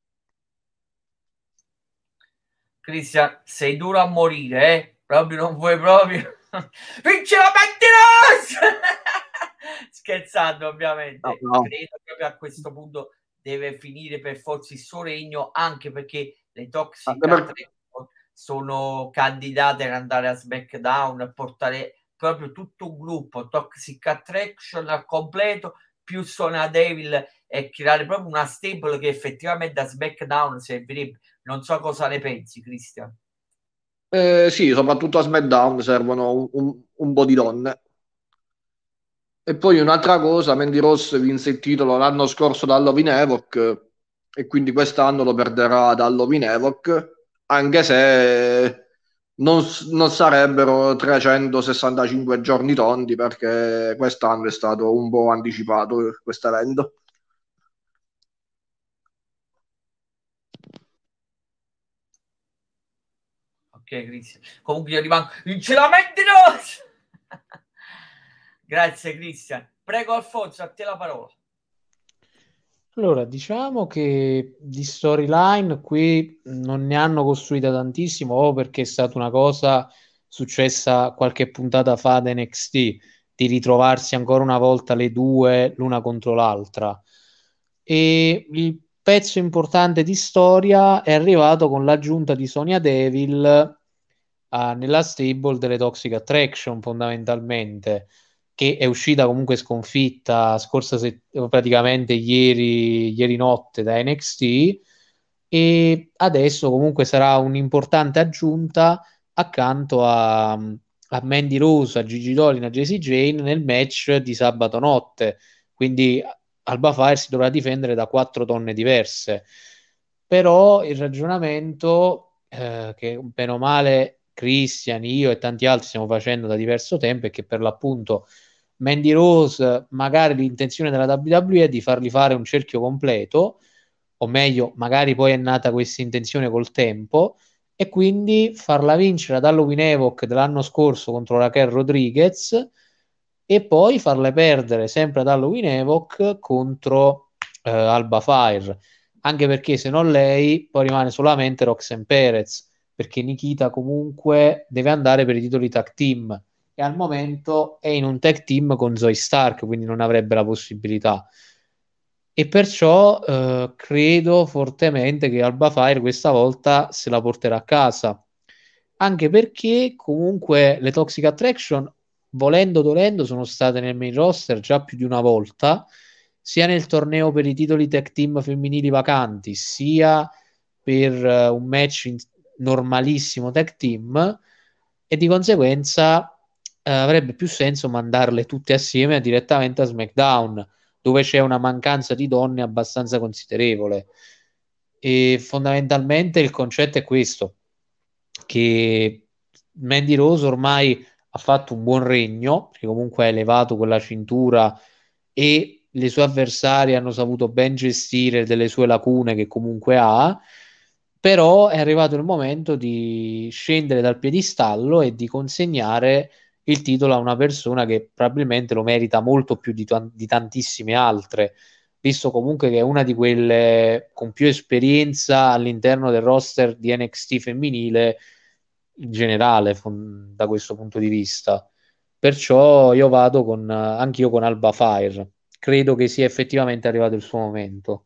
Cristian, sei duro a morire, eh? Proprio non vuoi proprio. Vince la Pettinos! Scherzando, ovviamente. No, no. Credo proprio a questo punto deve finire per forza il suo regno, anche perché le Toxic Anche per- Attraction sono candidate ad andare a SmackDown, portare proprio tutto un gruppo Toxic Attraction al completo, più Sonya Devil, e creare proprio una stable che effettivamente a SmackDown servirebbe. Non so cosa ne pensi, Cristian. Eh, sì, soprattutto a SmackDown servono un, un- un po' di donne. E poi un'altra cosa, Mandy Rose vinse il titolo l'anno scorso da Halloween Havoc e quindi quest'anno lo perderà da Halloween Havoc, anche se non, non sarebbero trecentosessantacinque giorni tondi perché quest'anno è stato un po' anticipato questo evento. Ok, Cristian. Comunque io rimango vince la Mandy Rose! Grazie, Cristian. Prego, Alfonso, a te la parola. Allora, diciamo che di storyline qui non ne hanno costruita tantissimo, o perché è stata una cosa successa qualche puntata fa da N X T, di ritrovarsi ancora una volta le due l'una contro l'altra. E il pezzo importante di storia è arrivato con l'aggiunta di Sonya Deville eh, nella stable delle Toxic Attraction, fondamentalmente, che è uscita comunque sconfitta scorsa set- praticamente ieri, ieri notte da N X T, e adesso comunque sarà un'importante aggiunta accanto a, a Mandy Rose, a Gigi Dolin, a Jessie Jane nel match di sabato notte. Quindi Alba Fire si dovrà difendere da quattro donne diverse. Però il ragionamento eh, che bene o male Christian, io e tanti altri stiamo facendo da diverso tempo è che per l'appunto Mandy Rose, magari l'intenzione della W W E è di fargli fare un cerchio completo, o meglio, magari poi è nata questa intenzione col tempo, e quindi farla vincere ad Halloween Evoc dell'anno scorso contro Raquel Rodriguez e poi farle perdere sempre ad Halloween Evoc contro eh, Alba Fire, anche perché se non lei poi rimane solamente Roxanne Perez, perché Nikita comunque deve andare per i titoli tag team e al momento è in un tag team con Zoe Stark, quindi non avrebbe la possibilità. E perciò eh, credo fortemente che Alba Fire questa volta se la porterà a casa. Anche perché comunque le Toxic Attraction, volendo o dolendo, sono state nel main roster già più di una volta, sia nel torneo per i titoli tag team femminili vacanti, sia per uh, un match in normalissimo tag team, e di conseguenza eh, avrebbe più senso mandarle tutte assieme direttamente a SmackDown, dove c'è una mancanza di donne abbastanza considerevole. E fondamentalmente il concetto è questo, che Mandy Rose ormai ha fatto un buon regno, perché comunque ha elevato quella cintura e le sue avversarie hanno saputo ben gestire delle sue lacune che comunque ha, però è arrivato il momento di scendere dal piedistallo e di consegnare il titolo a una persona che probabilmente lo merita molto più di, di tantissime altre, visto comunque che è una di quelle con più esperienza all'interno del roster di N X T femminile in generale, fon- da questo punto di vista. Perciò io vado con, anch'io con Alba Fire. Credo che sia effettivamente arrivato il suo momento.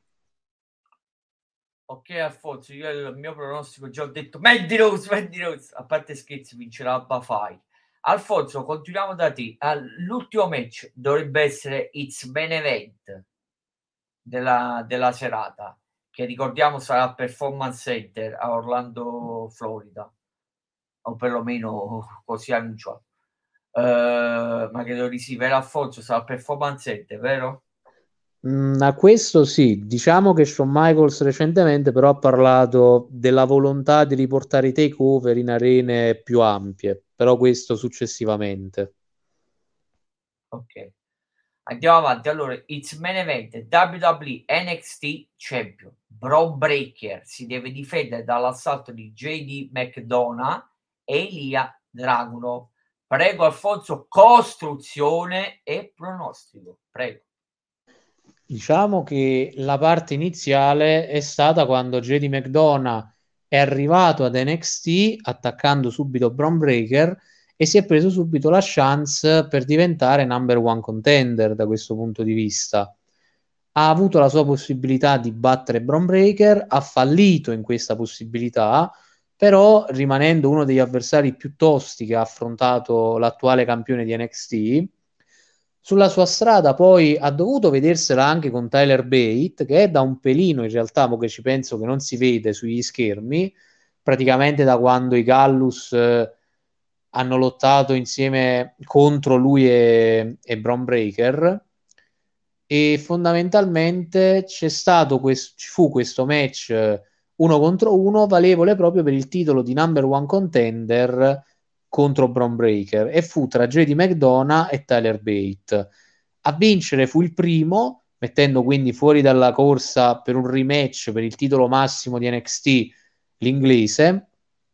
Ok, Alfonso, io il mio pronostico già ho detto Mandy Rose, Mandy Rose, a parte scherzi, vincerà Alba Fire. Alfonso, continuiamo da te. L'ultimo match dovrebbe essere It's Main Event della, della serata, che ricordiamo sarà al Performance Center a Orlando, Florida, o perlomeno così annunciato. Uh, ma credo di sì, vero Alfonso? Sarà al Performance Center, vero? Mm, a questo sì, diciamo che Shawn Michaels recentemente però ha parlato della volontà di riportare i takeover in arene più ampie, però questo successivamente. Ok. Andiamo avanti. Allora, it's main event W W E N X T Champion Bron Breakker si deve difendere dall'assalto di J D McDonagh e Ilya Dragunov. Prego Alfonso, costruzione e pronostico, prego. Diciamo che la parte iniziale è stata quando J D McDonagh è arrivato ad N X T attaccando subito Bron Breakker e si è preso subito la chance per diventare number one contender da questo punto di vista. Ha avuto la sua possibilità di battere Bron Breakker, ha fallito in questa possibilità, però rimanendo uno degli avversari più tosti che ha affrontato l'attuale campione di N X T. Sulla sua strada poi ha dovuto vedersela anche con Tyler Bate, che è da un pelino in realtà, mo che ci penso, che non si vede sugli schermi, praticamente da quando i Gallus eh, hanno lottato insieme contro lui e, e Bron Breakker, e fondamentalmente c'è stato questo, ci fu questo match eh, uno contro uno valevole proprio per il titolo di number one contender contro Bron Breakker, e fu tra J D McDonagh e Tyler Bate. A vincere fu il primo, mettendo quindi fuori dalla corsa per un rematch per il titolo massimo di N X T l'inglese,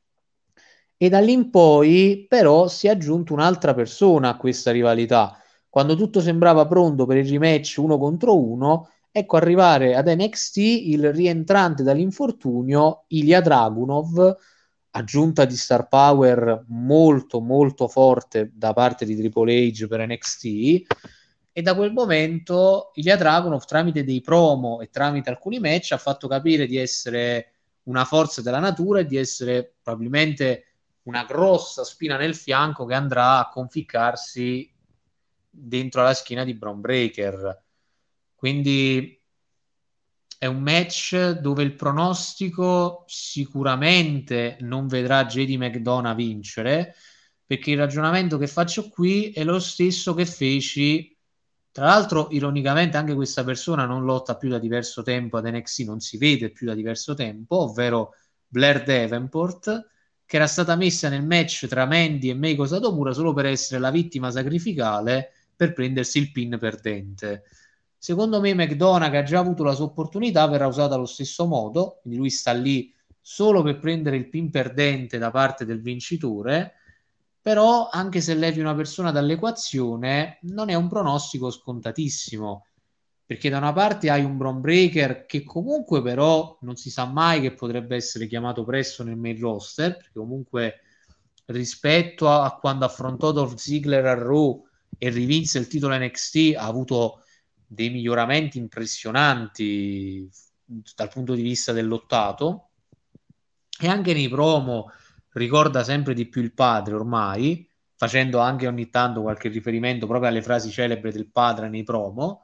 e da lì in poi però si è aggiunta un'altra persona a questa rivalità. Quando tutto sembrava pronto per il rematch uno contro uno, ecco arrivare ad N X T il rientrante dall'infortunio Ilya Dragunov, aggiunta di star power molto molto forte da parte di Triple H per N X T, e da quel momento Ilya Dragunov, tramite dei promo e tramite alcuni match, ha fatto capire di essere una forza della natura e di essere probabilmente una grossa spina nel fianco che andrà a conficcarsi dentro la schiena di Bron Breakker. Quindi è un match dove il pronostico sicuramente non vedrà J D McDonagh vincere, perché il ragionamento che faccio qui è lo stesso che feci. Tra l'altro, ironicamente, anche questa persona non lotta più da diverso tempo ad N X T, non si vede più da diverso tempo, ovvero Blair Davenport, che era stata messa nel match tra Mandy e Meiko Satomura solo per essere la vittima sacrificale per prendersi il pin perdente. Secondo me McDonagh, che ha già avuto la sua opportunità, verrà usata allo stesso modo, quindi lui sta lì solo per prendere il pin perdente da parte del vincitore. Però anche se levi una persona dall'equazione non è un pronostico scontatissimo, perché da una parte hai un Bron Breakker che comunque però non si sa mai che potrebbe essere chiamato presto nel main roster, perché comunque rispetto a, a quando affrontò Dolph Ziggler a Raw e rivinse il titolo N X T ha avuto dei miglioramenti impressionanti dal punto di vista del lottato, e anche nei promo ricorda sempre di più il padre ormai, facendo anche ogni tanto qualche riferimento proprio alle frasi celebri del padre nei promo.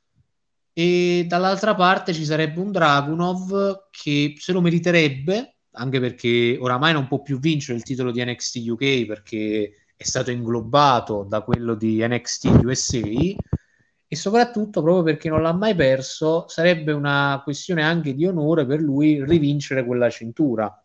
E dall'altra parte ci sarebbe un Dragunov che se lo meriterebbe, anche perché oramai non può più vincere il titolo di N X T U K perché è stato inglobato da quello di N X T U S A, e soprattutto proprio perché non l'ha mai perso, sarebbe una questione anche di onore per lui rivincere quella cintura.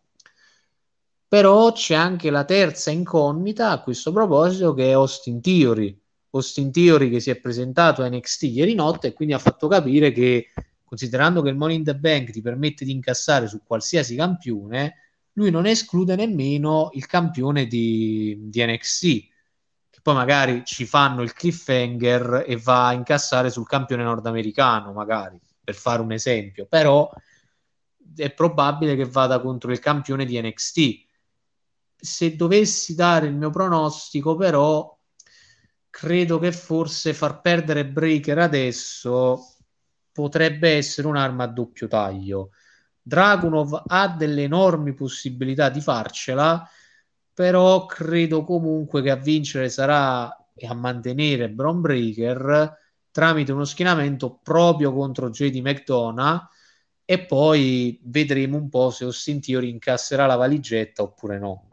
Però c'è anche la terza incognita a questo proposito, che è Austin Theory. Austin Theory che si è presentato a N X T ieri notte e quindi ha fatto capire che, considerando che il Money in the Bank ti permette di incassare su qualsiasi campione, lui non esclude nemmeno il campione di, di N X T, che poi magari ci fanno il cliffhanger e va a incassare sul campione nordamericano, magari, per fare un esempio. Però è probabile che vada contro il campione di N X T. Se dovessi dare il mio pronostico, però, credo che forse far perdere Breakker adesso potrebbe essere un'arma a doppio taglio. Dragunov ha delle enormi possibilità di farcela, però credo comunque che a vincere sarà e a mantenere Bron Breakker tramite uno schienamento proprio contro J D McDonagh, e poi vedremo un po' se Austin Theory incasserà la valigetta oppure no.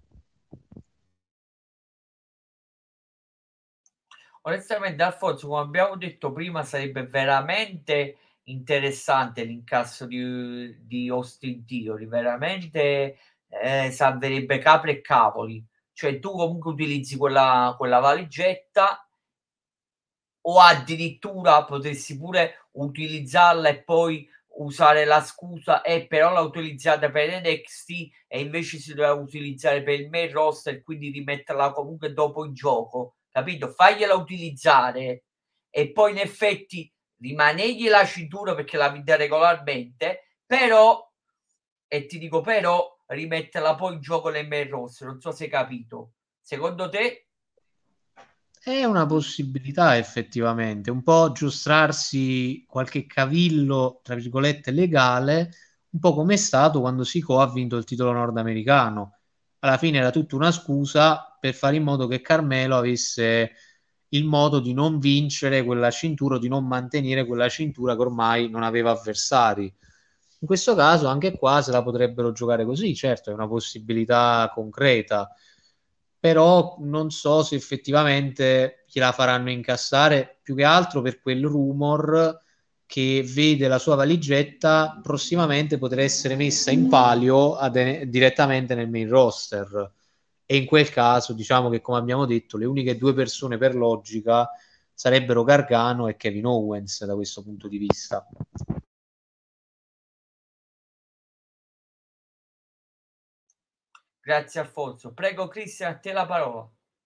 Onestamente, Alfonso, come abbiamo detto prima, sarebbe veramente interessante l'incasso di, di Austin Theory, veramente eh, salverebbe capre e cavoli. Cioè tu comunque utilizzi quella, quella valigetta o addirittura potessi pure utilizzarla e poi usare la scusa e eh, però l'ha utilizzata per N X T e invece si doveva utilizzare per il main roster, quindi rimetterla comunque dopo il gioco, capito? Fagliela utilizzare e poi in effetti rimanegli la cintura perché la vinta regolarmente, però, e ti dico però, rimetterla poi in gioco nel main roster. Non so se hai capito. Secondo te? È una possibilità effettivamente, un po' giostrarsi qualche cavillo, tra virgolette, legale, un po' come è stato quando Sikoa ha vinto il titolo nordamericano. Alla fine era tutta una scusa per fare in modo che Carmelo avesse il modo di non vincere quella cintura o di non mantenere quella cintura che ormai non aveva avversari. In questo caso anche qua se la potrebbero giocare così, certo è una possibilità concreta, però non so se effettivamente gliela faranno incassare, più che altro per quel rumor che vede la sua valigetta prossimamente poter essere messa in palio ad, direttamente nel main roster, e in quel caso diciamo che, come abbiamo detto, le uniche due persone per logica sarebbero Gargano e Kevin Owens da questo punto di vista. Grazie Alfonso. Prego Cristian, a te la parola.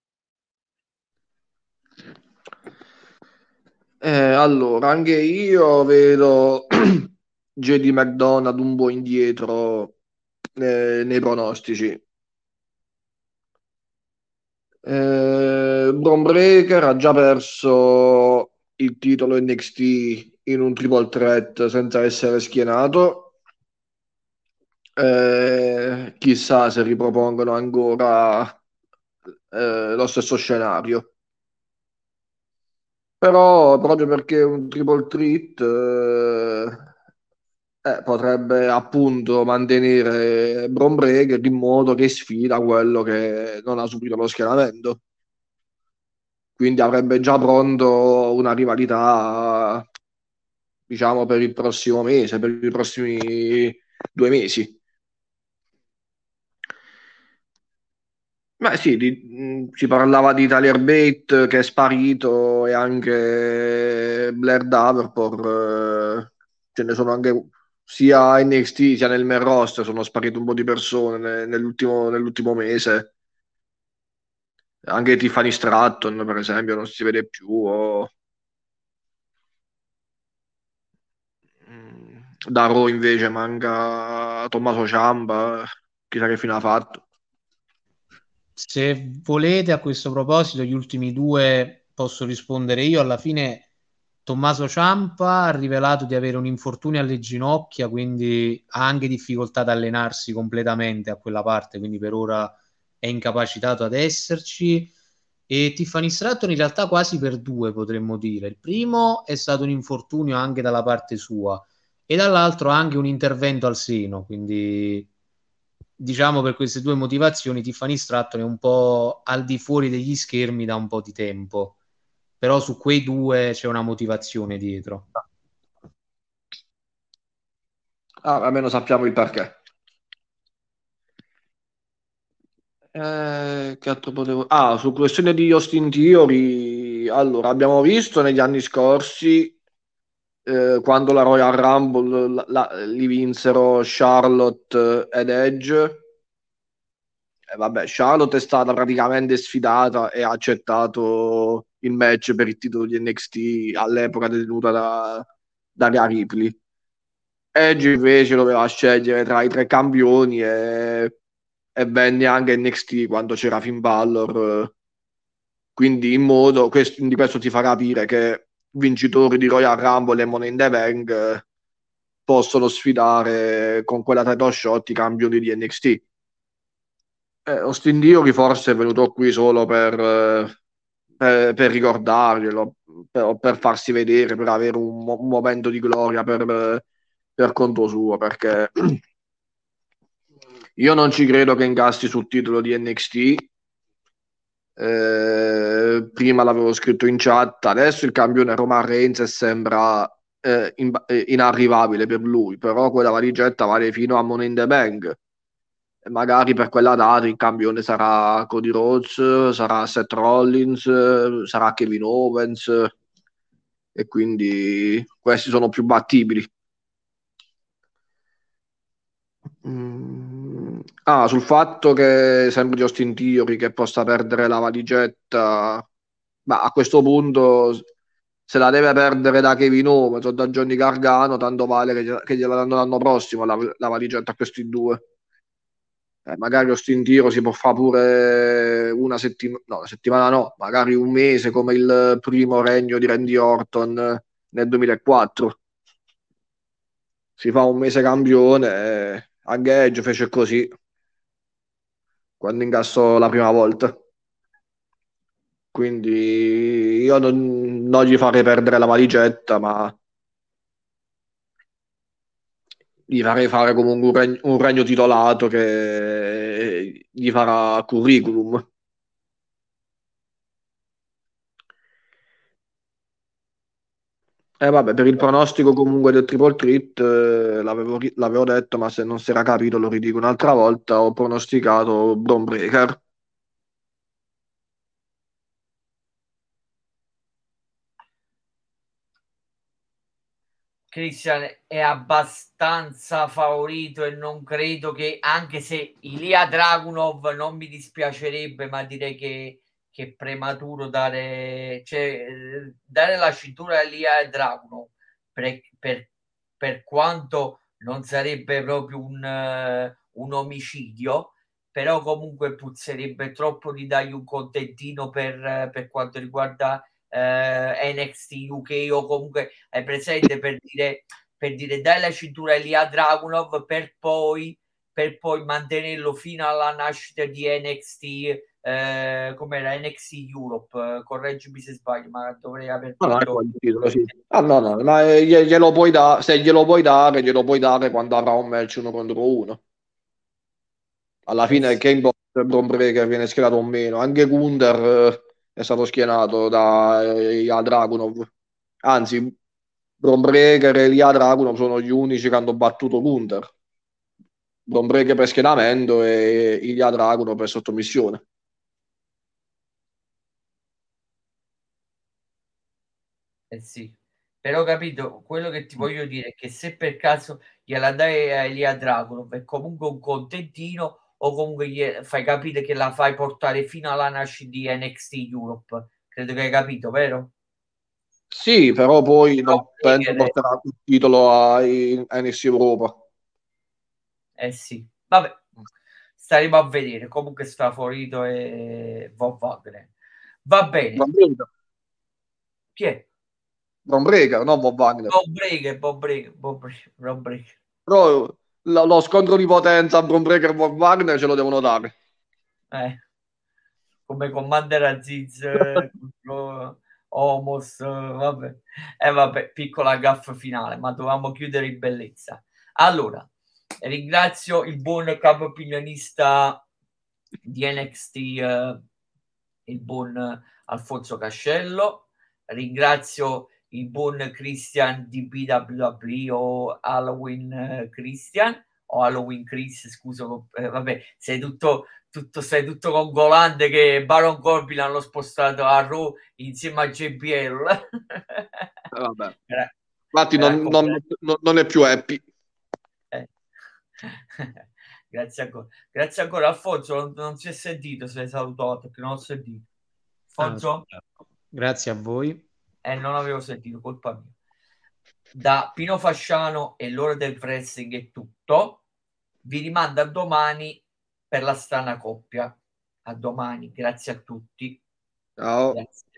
Eh, allora, anche io vedo J D McDonald un po' indietro eh, nei pronostici. Eh, Bron Breakker ha già perso il titolo N X T in un triple threat senza essere schienato. Eh, chissà se ripropongono ancora eh, lo stesso scenario. Però proprio perché è un triple threat eh, eh, potrebbe appunto mantenere Bron Breakker in modo che sfida quello che non ha subito lo schieramento. Quindi avrebbe già pronto una rivalità, diciamo, per il prossimo mese, per i prossimi due mesi. Beh sì, di, mh, si parlava di Tyler Bate che è sparito e anche Blair Davenport, eh, ce ne sono anche sia a N X T sia nel main roster, sono sparite un po' di persone ne- nell'ultimo, nell'ultimo mese. Anche Tiffany Stratton, per esempio, non si vede più. O... Mm, da Raw invece manca Tommaso Ciampa, chissà che fine ha fatto. Se volete, a questo proposito, gli ultimi due posso rispondere io. Alla fine Tommaso Ciampa ha rivelato di avere un infortunio alle ginocchia, quindi ha anche difficoltà ad allenarsi completamente a quella parte, quindi per ora è incapacitato ad esserci. E Tiffany Stratton in realtà quasi per due, potremmo dire. Il primo è stato un infortunio anche dalla parte sua e dall'altro anche un intervento al seno, quindi diciamo per queste due motivazioni Tiffany Stratton è un po' al di fuori degli schermi da un po' di tempo, però su quei due c'è una motivazione dietro. Ah, almeno sappiamo il perché. Eh, che altro potevo... Ah, su questione di Austin Theory, allora abbiamo visto negli anni scorsi eh, quando la Royal Rumble la, la- li vinsero Charlotte ed Edge. E vabbè, Charlotte è stata praticamente sfidata e ha accettato il match per il titolo di N X T all'epoca detenuta da, da Rhea Ripley. Edge invece doveva scegliere tra i tre campioni e, e venne anche N X T quando c'era Finn Balor. Quindi in modo, questo, quindi questo ti fa capire che vincitori di Royal Rumble e Money in the Bank eh, possono sfidare con quella title shot i campioni di N X T. Eh, Austin Theory forse è venuto qui solo per, eh, per, per ricordarglielo, per, per farsi vedere, per avere un, mo- un momento di gloria per, eh, per conto suo, perché io non ci credo che incassi sul titolo di N X T. Eh, prima l'avevo scritto in chat, adesso il campione Roman Reigns sembra eh, in- eh, inarrivabile per lui, però quella valigetta vale fino a Money in the Bank. E magari per quella data il campione sarà Cody Rhodes, sarà Seth Rollins, sarà Kevin Owens. e quindi questi sono più battibili. Mm. Ah, sul fatto che sempre di Austin Theory che possa perdere la valigetta, ma a questo punto se la deve perdere da Kevin Owens o da Johnny Gargano, tanto vale che, gliela- che gliela danno l'anno prossimo la, la valigetta a questi due. Eh, magari Austin Theory si può fare pure una settimana, no, una settimana no, magari un mese come il primo regno di Randy Orton nel duemilaquattro. Si fa un mese campione, eh, anche Edge fece così quando incassò la prima volta. Quindi io non, non gli farei perdere la valigetta, ma gli farei fare comunque un regno, un regno titolato che gli farà curriculum. E vabbè, per il pronostico comunque del triple threat, eh, l'avevo, ri- l'avevo detto, ma se non si era capito lo ridico un'altra volta, ho pronosticato Bron Breaker. Christian è abbastanza favorito e non credo che, anche se Ilya Dragunov non mi dispiacerebbe, ma direi che, che è prematuro dare, cioè, eh, dare la cintura a Ilya Dragunov per, per, per quanto non sarebbe proprio un, uh, un omicidio, però comunque puzzerebbe troppo di dargli un contentino per, per quanto riguarda eh, N X T U K, o comunque hai presente, per dire, per dire dai la cintura a Ilya Dragunov per poi, per poi mantenerlo fino alla nascita di N X T, eh, com'era, N X T Europe, correggimi se sbaglio, ma dovrei aver No, no, detto ecco il titolo, sì. Ah, no, no, ma eh, glie- glielo puoi dare, se glielo puoi dare, glielo puoi dare quando avrà un match uno contro uno. Alla eh fine sì. Kane Bron Breaker viene schierato o meno. Anche Gunther eh, è stato schierato da eh, Ilya Dragunov. Anzi, Bron Breaker e Ilya Dragunov sono gli unici che hanno battuto Gunther. Bron Breaker per schieramento e Ilya Dragunov per sottomissione. Eh sì, però capito, quello che ti voglio dire è che se per caso gliela dai a Elia Dragunov è comunque un contentino, o comunque gli fai capire che la fai portare fino alla nascita di N X T Europe. Credo che hai capito, vero? Sì, però poi No, non penso porterà il titolo a, a N X T Europa. Eh sì, vabbè, staremo a vedere. Comunque sta favorito e Von Wagner. Va bene. Chi è? Bron Breaker, non Von Wagner. Bob Breaker, Bob Breaker, Bob Breaker, Bob Breaker. Però lo, lo scontro di potenza Bron Breaker e Von Wagner ce lo devono dare. Eh, come Commander Aziz contro Homos, vabbè. E eh, vabbè, piccola gaffa finale, ma dovevamo chiudere in bellezza. Allora, ringrazio il buon capo opinionista di N X T, eh, il buon Alfonso Cascello. Ringrazio il buon Christian di B W W o Halloween eh, Christian o Halloween Chris, scusa, eh, vabbè, sei tutto, tutto, sei tutto congolante, che Baron Corbin l'hanno spostato a Raw insieme a J B L. Eh, vabbè. Era, Infatti era non, non- non- non è più happy. eh. Grazie ancora. Grazie ancora, Alfonso. Non, non si è sentito, se hai salutato, perché non ho sentito. Alfonso? Grazie a voi. Eh, non avevo sentito, colpa mia. Da Pino Fasciano e l'ora del wrestling è tutto. Vi rimando a domani per la strana coppia. A domani, grazie a tutti. Ciao. Grazie.